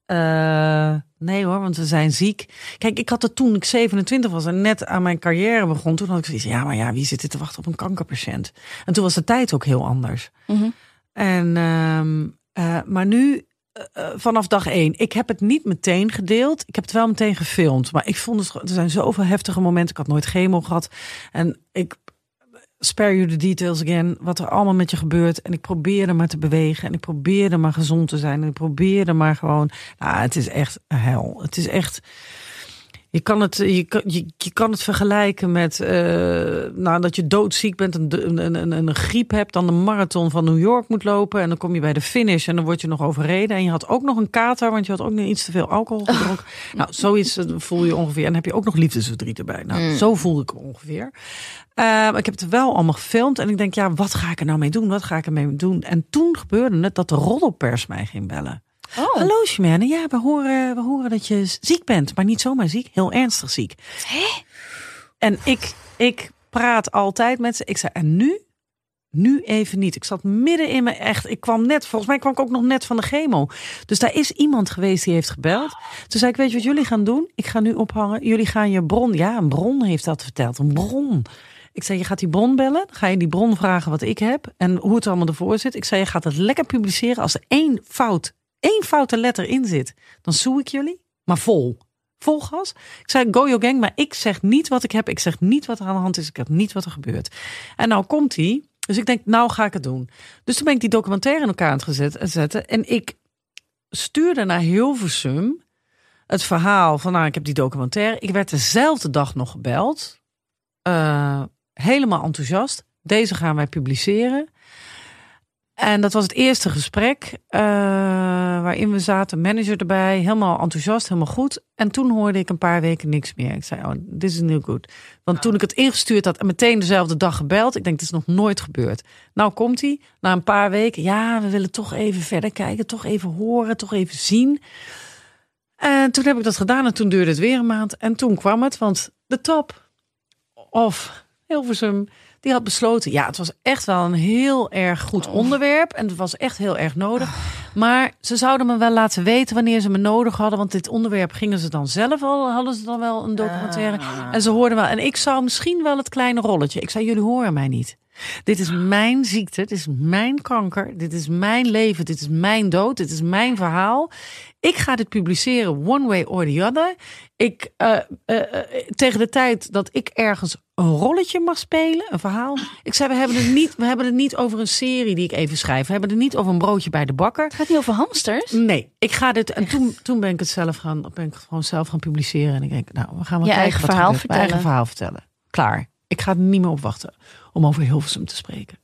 nee hoor, want we zijn ziek. Kijk, ik had het toen ik 27 was en net aan mijn carrière begon. Toen had ik zoiets, wie zit er te wachten op een kankerpatiënt? En toen was de tijd ook heel anders. Mm-hmm. En, maar nu, vanaf dag 1, ik heb het niet meteen gedeeld. Ik heb het wel meteen gefilmd. Maar ik vond er zijn zoveel heftige momenten. Ik had nooit chemo gehad. En ik spare you the details again. Wat er allemaal met je gebeurt. En ik probeerde maar te bewegen. En ik probeerde maar gezond te zijn. En ik probeerde maar gewoon... het is echt hel. Het is echt... Je kan het vergelijken met dat je doodziek bent, een griep hebt, dan de marathon van New York moet lopen en dan kom je bij de finish en dan word je nog overreden en je had ook nog een kater, want je had ook nog iets te veel alcohol gedronken. Nou, zoiets voel je ongeveer. En dan heb je ook nog liefdesverdriet erbij. Nou, zo voelde ik me ongeveer. Ik heb het wel allemaal gefilmd en ik denk, wat ga ik er nou mee doen? Wat ga ik ermee doen? En toen gebeurde het dat de roddelpers mij ging bellen. Oh. Hallo Chimène, we horen dat je ziek bent, maar niet zomaar ziek, heel ernstig ziek. Hè? En ik praat altijd met ze. Ik zei, en nu even niet. Ik zat midden in me echt. Volgens mij kwam ik ook nog net van de chemo. Dus daar is iemand geweest die heeft gebeld. Toen zei ik, weet je wat jullie gaan doen? Ik ga nu ophangen. Jullie gaan je bron. Ja, een bron heeft dat verteld. Een bron. Ik zei, je gaat die bron bellen. Dan ga je die bron vragen wat ik heb. En hoe het allemaal ervoor zit. Ik zei, je gaat het lekker publiceren. Als er één foute letter in zit, dan zoek ik jullie. Maar vol gas. Ik zei, go your gang, maar ik zeg niet wat ik heb. Ik zeg niet wat er aan de hand is. Ik heb niet wat er gebeurt. En nou komt hij. Dus ik denk, nou ga ik het doen. Dus toen ben ik die documentaire in elkaar aan het zetten. En ik stuurde naar Hilversum het verhaal van, ik heb die documentaire. Ik werd dezelfde dag nog gebeld. Helemaal enthousiast. Deze gaan wij publiceren. En dat was het eerste gesprek waarin we zaten, manager erbij, helemaal enthousiast, helemaal goed. En toen hoorde ik een paar weken niks meer. Ik zei, this is no good. Want toen ik het ingestuurd had en meteen dezelfde dag gebeld, ik denk, het is nog nooit gebeurd. Nou komt hij, na een paar weken, ja, we willen toch even verder kijken, toch even horen, toch even zien. En toen heb ik dat gedaan en toen duurde het weer een maand. En toen kwam het, want de top of Hilversum, die had besloten, ja, het was echt wel een heel erg goed onderwerp. En het was echt heel erg nodig. Maar ze zouden me wel laten weten wanneer ze me nodig hadden. Want dit onderwerp gingen ze dan zelf al, hadden ze dan wel een documentaire. En ze hoorden wel. En ik zou misschien wel het kleine rolletje. Ik zei, jullie horen mij niet. Dit is mijn ziekte, dit is mijn kanker, dit is mijn leven, dit is mijn dood, dit is mijn verhaal. Ik ga dit publiceren one way or the other. Tegen de tijd dat ik ergens een rolletje mag spelen, een verhaal. Ik zei, we hebben het niet over een serie die ik even schrijf. We hebben het niet over een broodje bij de bakker. Het gaat niet over hamsters? Nee, ik ga dit. En toen ben ik het gewoon zelf gaan publiceren. En ik denk, nou, we gaan wel kijken eigen wat verhaal gebeurt. Mijn eigen verhaal vertellen. Klaar. Ik ga er niet meer op wachten om over Hilversum te spreken.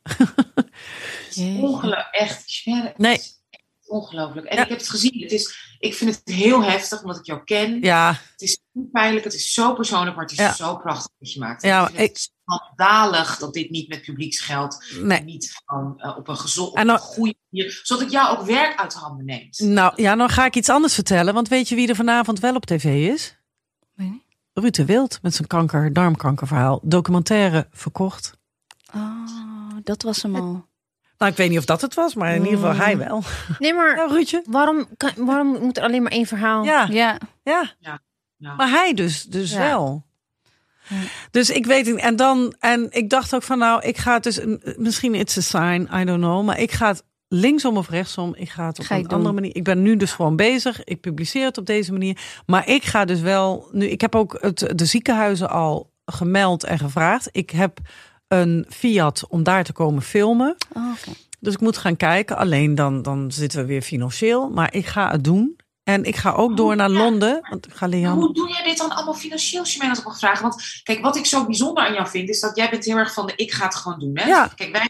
Ongelooflijk, echt. Nee. Ongelooflijk. En ik heb het gezien. Ik vind het heel heftig, omdat ik jou ken. Ja. Het is niet pijnlijk, het is zo persoonlijk, maar het is zo prachtig wat je maakt. Ja, ik vind het schandalig dat dit niet met publieksgeld, niet gewoon op een goede manier, zodat het jou ook werk uit handen neemt. Nou ja, dan ga ik iets anders vertellen. Want weet je wie er vanavond wel op tv is? Nee. Ruud de Wild met zijn darmkankerverhaal. Documentaire verkocht. Oh, dat was hem al. Nou, ik weet niet of dat het was, maar in ieder geval hij wel. Nee, maar ja, Ruudje. Waarom moet er alleen maar één verhaal? Ja. Maar hij dus wel. Ja. Dus ik weet het. En ik dacht ook van, nou, ik ga het dus, misschien it's a sign, I don't know. Maar ik ga het linksom of rechtsom. Ik ga het op een andere manier. Ik ben nu dus gewoon bezig. Ik publiceer het op deze manier. Maar ik ga dus wel nu. Ik heb ook de ziekenhuizen al gemeld en gevraagd. Ik heb een Fiat om daar te komen filmen. Oh, okay. Dus ik moet gaan kijken. Alleen dan zitten we weer financieel. Maar ik ga het doen. En ik ga ook door naar Londen. Want ik ga hoe doe jij dit dan allemaal financieel, Chimène, als ik mag vragen? Want kijk, wat ik zo bijzonder aan jou vind, is dat jij bent heel erg van ik ga het gewoon doen. Hè? Ja. Kijk,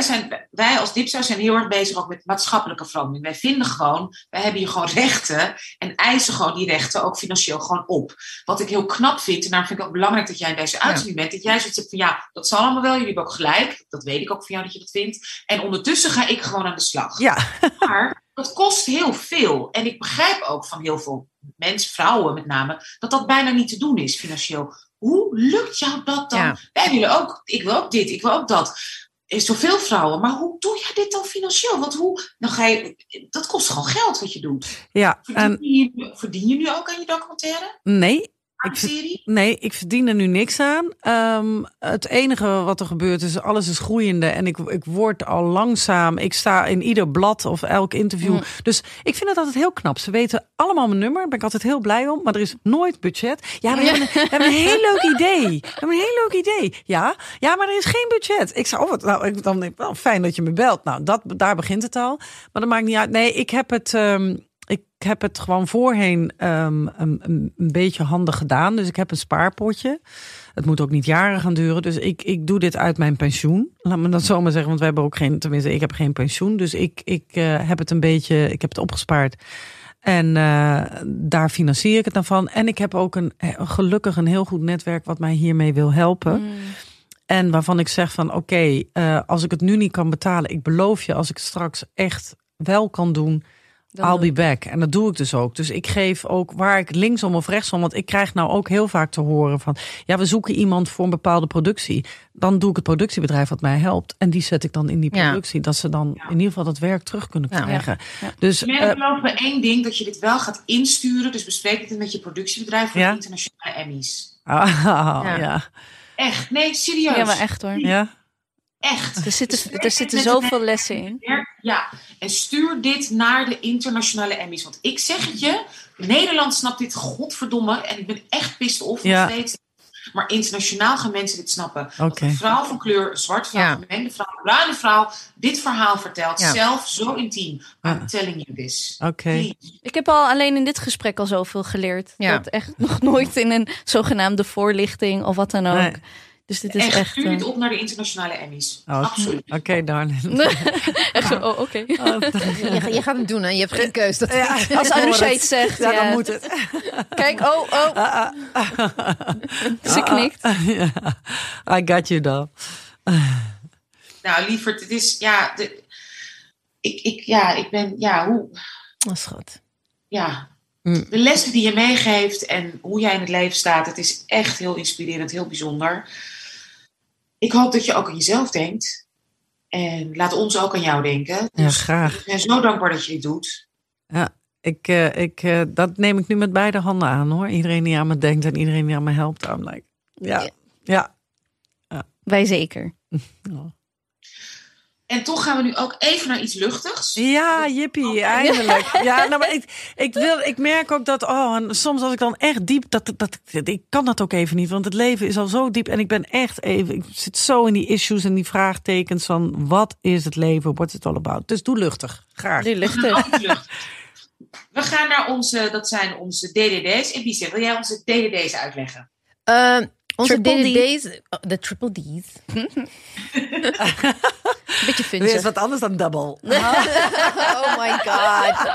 wij als Dipsaus zijn heel erg bezig ook met maatschappelijke verandering. Wij vinden gewoon, wij hebben hier gewoon rechten en eisen gewoon die rechten ook financieel gewoon op. Wat ik heel knap vind, en daarom vind ik ook belangrijk dat jij in deze uitzending bent, dat jij zoiets hebt van dat zal allemaal wel, jullie hebben ook gelijk. Dat weet ik ook van jou dat je dat vindt. En ondertussen ga ik gewoon aan de slag. Ja. Maar dat kost heel veel. En ik begrijp ook van heel veel mensen, vrouwen met name, dat bijna niet te doen is financieel. Hoe lukt jou dat dan? Ja. Wij willen ook, ik wil ook dit, ik wil ook dat. Er is zoveel vrouwen, maar hoe doe jij dit dan financieel? Want dat kost gewoon geld wat je doet. Ja, verdien je nu ook aan je documentaire? Nee. Ik verdien er nu niks aan. Het enige wat er gebeurt is, alles is groeiende. En ik word al langzaam. Ik sta in ieder blad of elk interview. Dus ik vind het altijd heel knap. Ze weten allemaal mijn nummer. Daar ben ik altijd heel blij om. Maar er is nooit budget. Ja, we hebben een heel leuk idee. Ja, maar er is geen budget. Ik zei, dan fijn dat je me belt. Nou, daar begint het al. Maar dat maakt niet uit. Nee, ik heb het gewoon voorheen een beetje handig gedaan. Dus ik heb een spaarpotje. Het moet ook niet jaren gaan duren. Dus ik doe dit uit mijn pensioen. Laat me dat zo maar zeggen. Want we hebben ook ik heb geen pensioen. Dus ik heb het ik heb het opgespaard. En daar financier ik het dan van. En ik heb ook gelukkig een heel goed netwerk wat mij hiermee wil helpen. En waarvan ik zeg van oké, als ik het nu niet kan betalen, ik beloof je, als ik het straks echt wel kan doen, I'll be back. En dat doe ik dus ook. Dus ik geef ook waar ik linksom of rechtsom, want ik krijg nou ook heel vaak te horen van, ja, we zoeken iemand voor een bepaalde productie. Dan doe ik het productiebedrijf wat mij helpt. En die zet ik dan in die productie. Dat ze dan in ieder geval dat werk terug kunnen krijgen. Ja. Dus, ik geloof me één ding, dat je dit wel gaat insturen. Dus bespreek het met je productiebedrijf voor de internationale Emmys. Ja. Echt, nee, serieus. Ja, maar echt hoor. Ja. Echt. Er zitten zoveel lessen in. Ja, en stuur dit naar de internationale Emmys. Want ik zeg het je, Nederland snapt dit godverdomme. En ik ben echt pissed off nog steeds. Maar internationaal gaan mensen dit snappen. Dat een vrouw van kleur, een zwarte vrouw, een gemengde vrouw, een bruine vrouw dit verhaal vertelt. Zelf zo intiem. I'm telling you this. Ik heb alleen in dit gesprek al zoveel geleerd. Dat echt nog nooit in een zogenaamde voorlichting of wat dan ook. Nee. Dus dit is echt echt... stuur dit op naar de internationale Emmys. Oh, Absoluut. Oké, darling. echt zo, oké. Je gaat het doen, hè? Je hebt geen keus. Dat Als Anousha iets zegt, Ja, dan moet het. Kijk, Ze knikt. I got you, dan. Nou, lieverd, het is... hoe... Oh, schat. Ja, de lessen die je meegeeft en hoe jij in het leven staat, het is echt heel inspirerend, heel bijzonder. Ik hoop dat je ook aan jezelf denkt. En laat ons ook aan jou denken. Ja, Dus graag. ik ben zo dankbaar dat je dit doet. Ja, dat neem ik nu met beide handen aan, hoor. Iedereen die aan me denkt en iedereen die aan me helpt. I'm like, ja. Wij zeker. En toch gaan we nu ook even naar iets luchtigs. Ja, jippie, eindelijk. Ja, nou, maar ik merk ook dat, en soms als ik dan echt diep, ik kan dat ook even niet, want het leven is al zo diep en ik zit zo in die issues en die vraagtekens van, wat is het leven, what's it all about? Dus doe luchtig, graag. Die luchtig. We gaan naar dat zijn onze DDD's. Ebice, wil jij onze DDD's uitleggen? Onze Triple DDD's, de triple D's. Beetje Dit funzig. is wat anders dan double. Oh my god.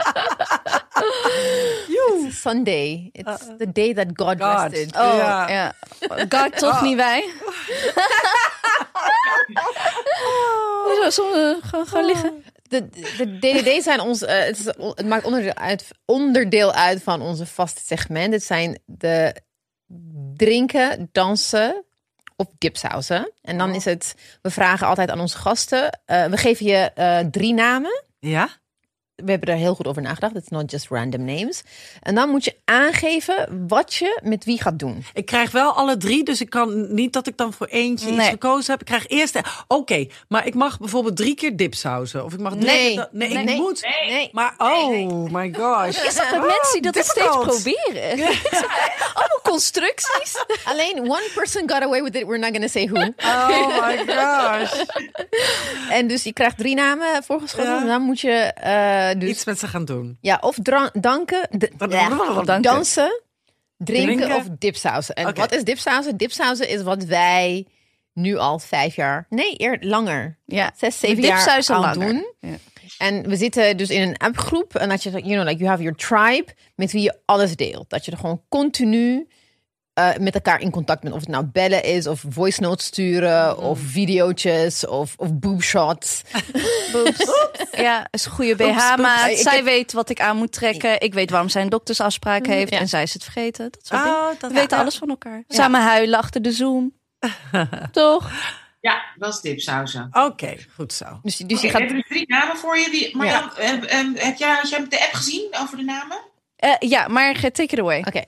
It's Sunday. It's the day that God rested. Oh, Ja. ja. God, toch niet wij? Gewoon liggen. De DDD zijn het maakt onderdeel uit van onze vaste segment. Het zijn de drinken, dansen of dipsausen. En dan is het, we vragen altijd aan onze gasten, we geven je 3 namen. Ja? We hebben er heel goed over nagedacht. It's not just random names. En dan moet je aangeven wat je met wie gaat doen. Ik krijg wel alle 3, dus ik kan niet dat ik dan voor eentje iets gekozen heb. Ik krijg eerst... Oké, maar ik mag bijvoorbeeld 3 keer dipsausen. Of ik mag 3 keer... Ik moet... Nee. Maar, my gosh. Is dat met mensen die dat steeds difficult. proberen? Allemaal constructies. Alleen one person got away with it. We're not going to say who. Oh my gosh. En dus je krijgt 3 namen voorgeschoten. Ja. En dan moet je dus Iets met ze gaan doen. ja, of dansen, drinken of dipsausen. En Oké. wat is dipsausen? Dipsausen is wat wij nu al 5 jaar, langer. Ja. 6, 7 jaar Dipsausen al langer. doen. Ja. En we zitten dus in een appgroep. En dat je, you have your tribe met wie je alles deelt. Dat je er gewoon continu met elkaar in contact bent. Of het nou bellen is, of voice notes sturen, of videootjes, of boobshots. Ja, is een goede BH-maat. Zij weet wat ik aan moet trekken. Ik weet waarom zij een doktersafspraak heeft. Ja. En zij is het vergeten. Dat soort dingen. dat We weten alles van elkaar. Samen huilen achter de Zoom. Toch? Ja, dat is dipsausen. Oké, goed zo. Dus Oké, je we gaat... hebben dus 3 namen voor je. Marjan, had jij de app gezien over de namen? Ja, maar take it away. Oké.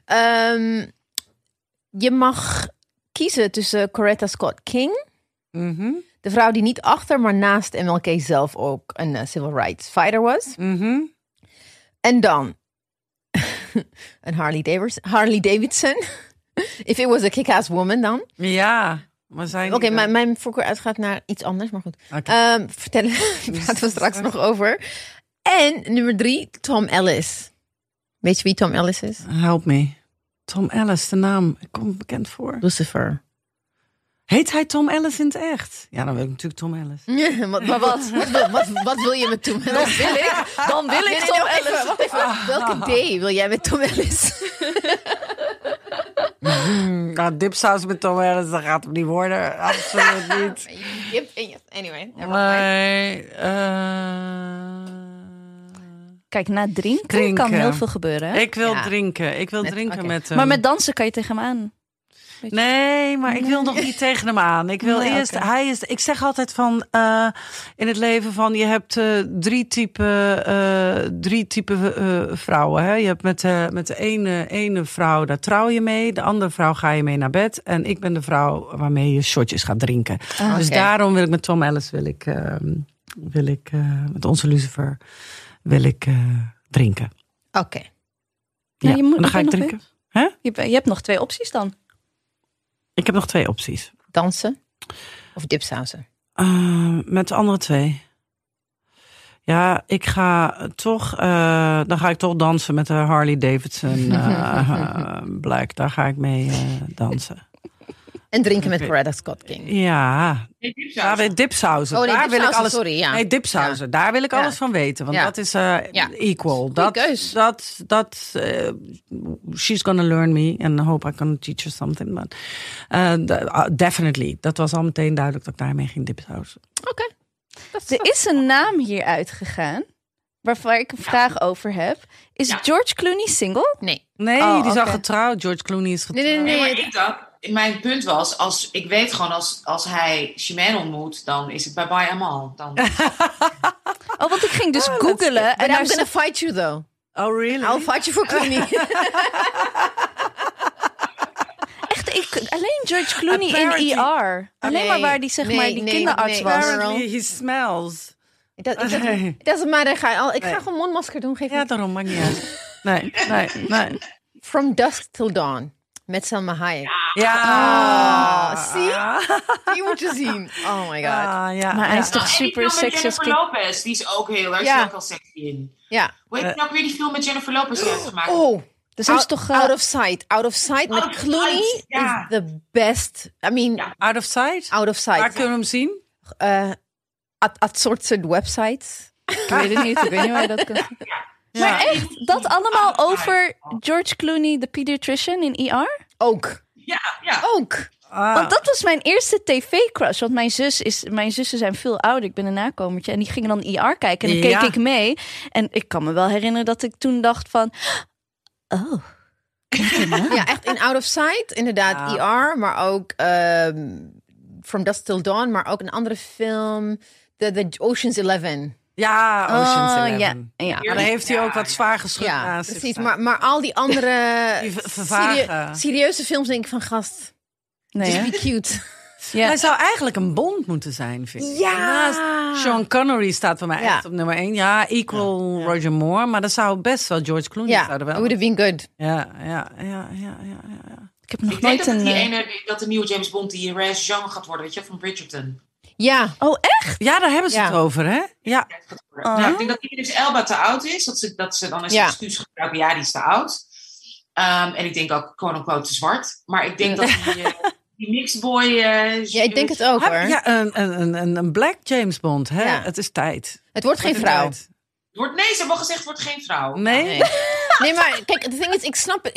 Je mag kiezen tussen Coretta Scott King, Mhm. de vrouw die niet achter, maar naast MLK zelf ook een civil rights fighter was. Mhm. En dan een Harley Davidson. If it was a kick-ass woman dan. Ja, maar zijn Oké, mijn voorkeur uitgaat naar iets anders, maar goed. Oké. Praten we straks nog over. En nummer 3, Tom Ellis. Weet je wie Tom Ellis is? Help me. Tom Ellis, de naam. Ik kom bekend voor. Lucifer. Heet hij Tom Ellis in het echt? Ja, dan wil ik natuurlijk Tom Ellis. Ja, maar wat wil je met Tom Ellis? Dan wil ik Tom Ellis. Wacht even. Welke day wil jij met Tom Ellis? Nou, dipsaus met Tom Ellis, dat gaat hem niet worden. Absoluut niet. Anyway. Nee, Kijk, na drinken kan heel veel gebeuren. Hè? Ik wil Ja. drinken. Ik wil drinken oké. met hem. Maar met dansen kan je tegen hem aan. Nee, maar ik wil nog niet tegen hem aan. Ik wil Nee, eerst. oké. Ik zeg altijd van in het leven van je hebt 3 typen vrouwen. Hè? Je hebt met de ene vrouw, daar trouw je mee. De andere vrouw ga je mee naar bed. En ik ben de vrouw waarmee je shotjes gaat drinken. Dus oké. daarom wil ik met Tom Ellis met onze Lucifer drinken. Oké. Ja, Ja, je moet- en dan ga ik nog drinken. Hè? Je hebt nog 2 opties dan. Ik heb nog 2 opties. Dansen of dipsausen? Met de andere 2. Ja, ik ga toch. Dan ga ik toch dansen met de Harley Davidson Black. Daar ga ik mee dansen. En drinken met Coretta Scott King. Ja. Dipsausen. Oh nee, daar wil ik alles. Sorry, ja. Nee, dipsausen. Daar wil ik alles van weten. Want dat is equal. She's gonna learn me. And I hope I can teach her something. But, definitely. Dat was al meteen duidelijk dat ik daarmee ging dipsausen. Oké. Er is een naam hier uitgegaan. Waar ik een vraag over heb. Is George Clooney single? Nee. Nee, die is al getrouwd. George Clooney is getrouwd. Nee. Maar ik dacht, mijn punt was, ik weet gewoon als hij Chimène ontmoet, dan is het bye-bye allemaal. Dan... Want ik ging dus googlen. And I'm gonna fight you though. Oh, really? I'll fight you for Clooney. Echt, alleen George Clooney in ER. Alleen maar waar die die kinderarts was. Apparently he smells. Dat is maar. Ik ga gewoon mondmasker doen. Ja, daarom maakt niet uit. Nee. From Dusk Till Dawn. Met Salma Hayek. Zie? Die moet je zien. Oh my god. Maar hij is toch super sexy. Jennifer Lopez, die is ook heel erg. Die is ook al sexy in. Ja. Hoe heet nou weer die film met Jennifer Lopez die heeft gemaakt? Dus is toch Out of Sight. Out of Sight met Clooney is the best. I mean, Out of Sight? Out of Sight. Waar kunnen we hem zien? At soort websites. Ik weet het niet. Ik weet niet waar je dat kunt. Maar echt, dat allemaal over George Clooney, de pediatrician in ER? Ook. Ja. Ook. Want dat was mijn eerste tv-crush. Want mijn zussen zijn veel ouder. Ik ben een nakomertje. En die gingen dan ER kijken. En dan keek ik mee. En ik kan me wel herinneren dat ik toen dacht van... Oh. Ja, echt in Out of Sight. Inderdaad, ER. Maar ook From Dusk Till Dawn. Maar ook een andere film. The Ocean's 11. Ja, Ocean's 11. Ja. Maar dan heeft hij ook wat zwaar geschud naast zich precies. staan. Maar al die andere vervagen. serieuze films denk ik van gast. Nee, just be cute. Ja. Hij zou eigenlijk een Bond moeten zijn, vind ik. Ja. Naast Sean Connery staat voor mij echt op nummer 1. Ja, equal Roger Moore. Maar dat zou best wel George Clooney zouden wel. Would have been good. Ja. Ik heb nog nooit een... dat de nieuwe James Bond die Rez Jean gaat worden, weet je, van Bridgerton. Ja. Oh, echt? Ja, daar hebben ze het over, hè? Ja. Nou, ik denk dat Idris Elba te oud is. Dat ze dan eens een excuus gebruiken. Ja, die is te oud. En ik denk ook quote-unquote te zwart. Maar ik denk dat die mixboy... ja, ik denk het ook, hoor. Ja, een black James Bond, hè? Ja. Het is tijd. Het wordt geen vrouw. Ze hebben al gezegd, het wordt geen vrouw. Nee. Nee, maar kijk, het ding is,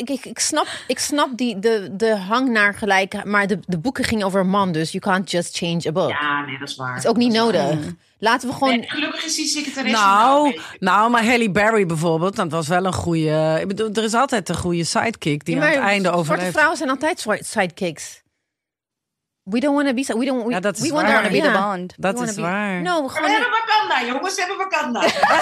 ik snap de hang naar gelijk, maar de boeken gingen over een man, dus you can't just change a book. Ja, nee, dat is waar. Het is ook niet nodig. Laten we gewoon... Nee, gelukkig is die secretaresse... Nou, maar Halle Berry bijvoorbeeld, dat was wel een goede... Ik bedoel, er is altijd een goede sidekick die aan het einde overleeft. Zwarte vrouwen zijn altijd sidekicks. We don't want to be... We want to be the Bond. Dat is waar. We hebben Wakanda, jongens. We hebben Wakanda.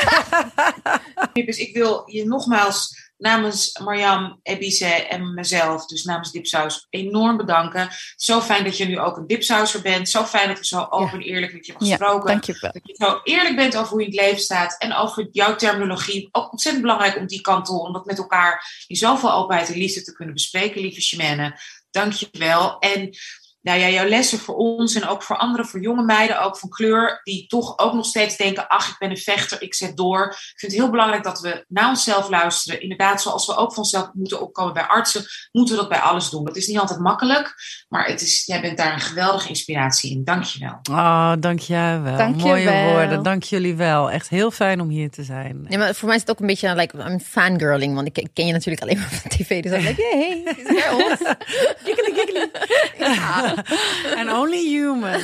Dus ik wil je nogmaals namens Marjam, Ebice en mezelf, dus namens Dipsaus, enorm bedanken. Zo fijn dat je nu ook een dipsauser bent. Zo fijn dat we zo open en eerlijk met je hebben gesproken. Dank je wel. Dat je zo eerlijk bent over hoe je in het leven staat en over jouw terminologie. Ook ontzettend belangrijk om die kant op, om dat met elkaar in zoveel openheid en liefde te kunnen bespreken, lieve Chimène. Dank je wel. En nou ja, jouw lessen voor ons en ook voor anderen, voor jonge meiden, ook van kleur, die toch ook nog steeds denken, ach, ik ben een vechter, ik zet door. Ik vind het heel belangrijk dat we naar onszelf luisteren. Inderdaad, zoals we ook vanzelf moeten opkomen bij artsen, moeten we dat bij alles doen. Dat is niet altijd makkelijk, maar jij bent daar een geweldige inspiratie in. Dank je wel. Oh, dank jij wel. Mooie woorden. Dank jullie wel. Echt heel fijn om hier te zijn. Ja, maar voor mij is het ook een beetje een fangirling, want ik ken je natuurlijk alleen maar van tv. Dus dan denk ik, hey, is het ons? Giggly. Ja. And only human.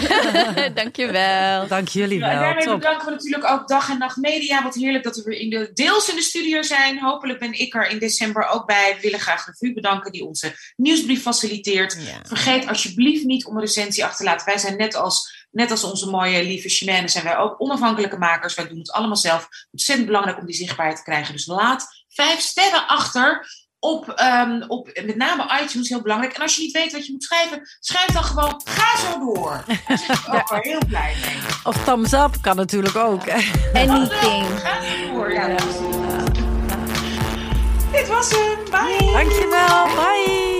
Dankjewel. Dank jullie wel. En daarmee bedanken we natuurlijk ook Dag en Nacht Media. Wat heerlijk dat we weer deels in de studio zijn. Hopelijk ben ik er in december ook bij. We willen graag de VU bedanken die onze nieuwsbrief faciliteert. Ja. Vergeet alsjeblieft niet om een recensie achter te laten. Wij zijn net als onze mooie lieve Chimène zijn wij ook onafhankelijke makers. Wij doen het allemaal zelf. Ontzettend belangrijk om die zichtbaarheid te krijgen. Dus laat 5 sterren achter. Op met name iTunes, heel belangrijk. En als je niet weet wat je moet schrijven, schrijf dan gewoon, ga zo door. Daar ben ik ook wel heel blij mee. Of thumbs up kan natuurlijk ook. Anything. Ga zo door, ja. Dit was hem. Bye. Dankjewel. Bye.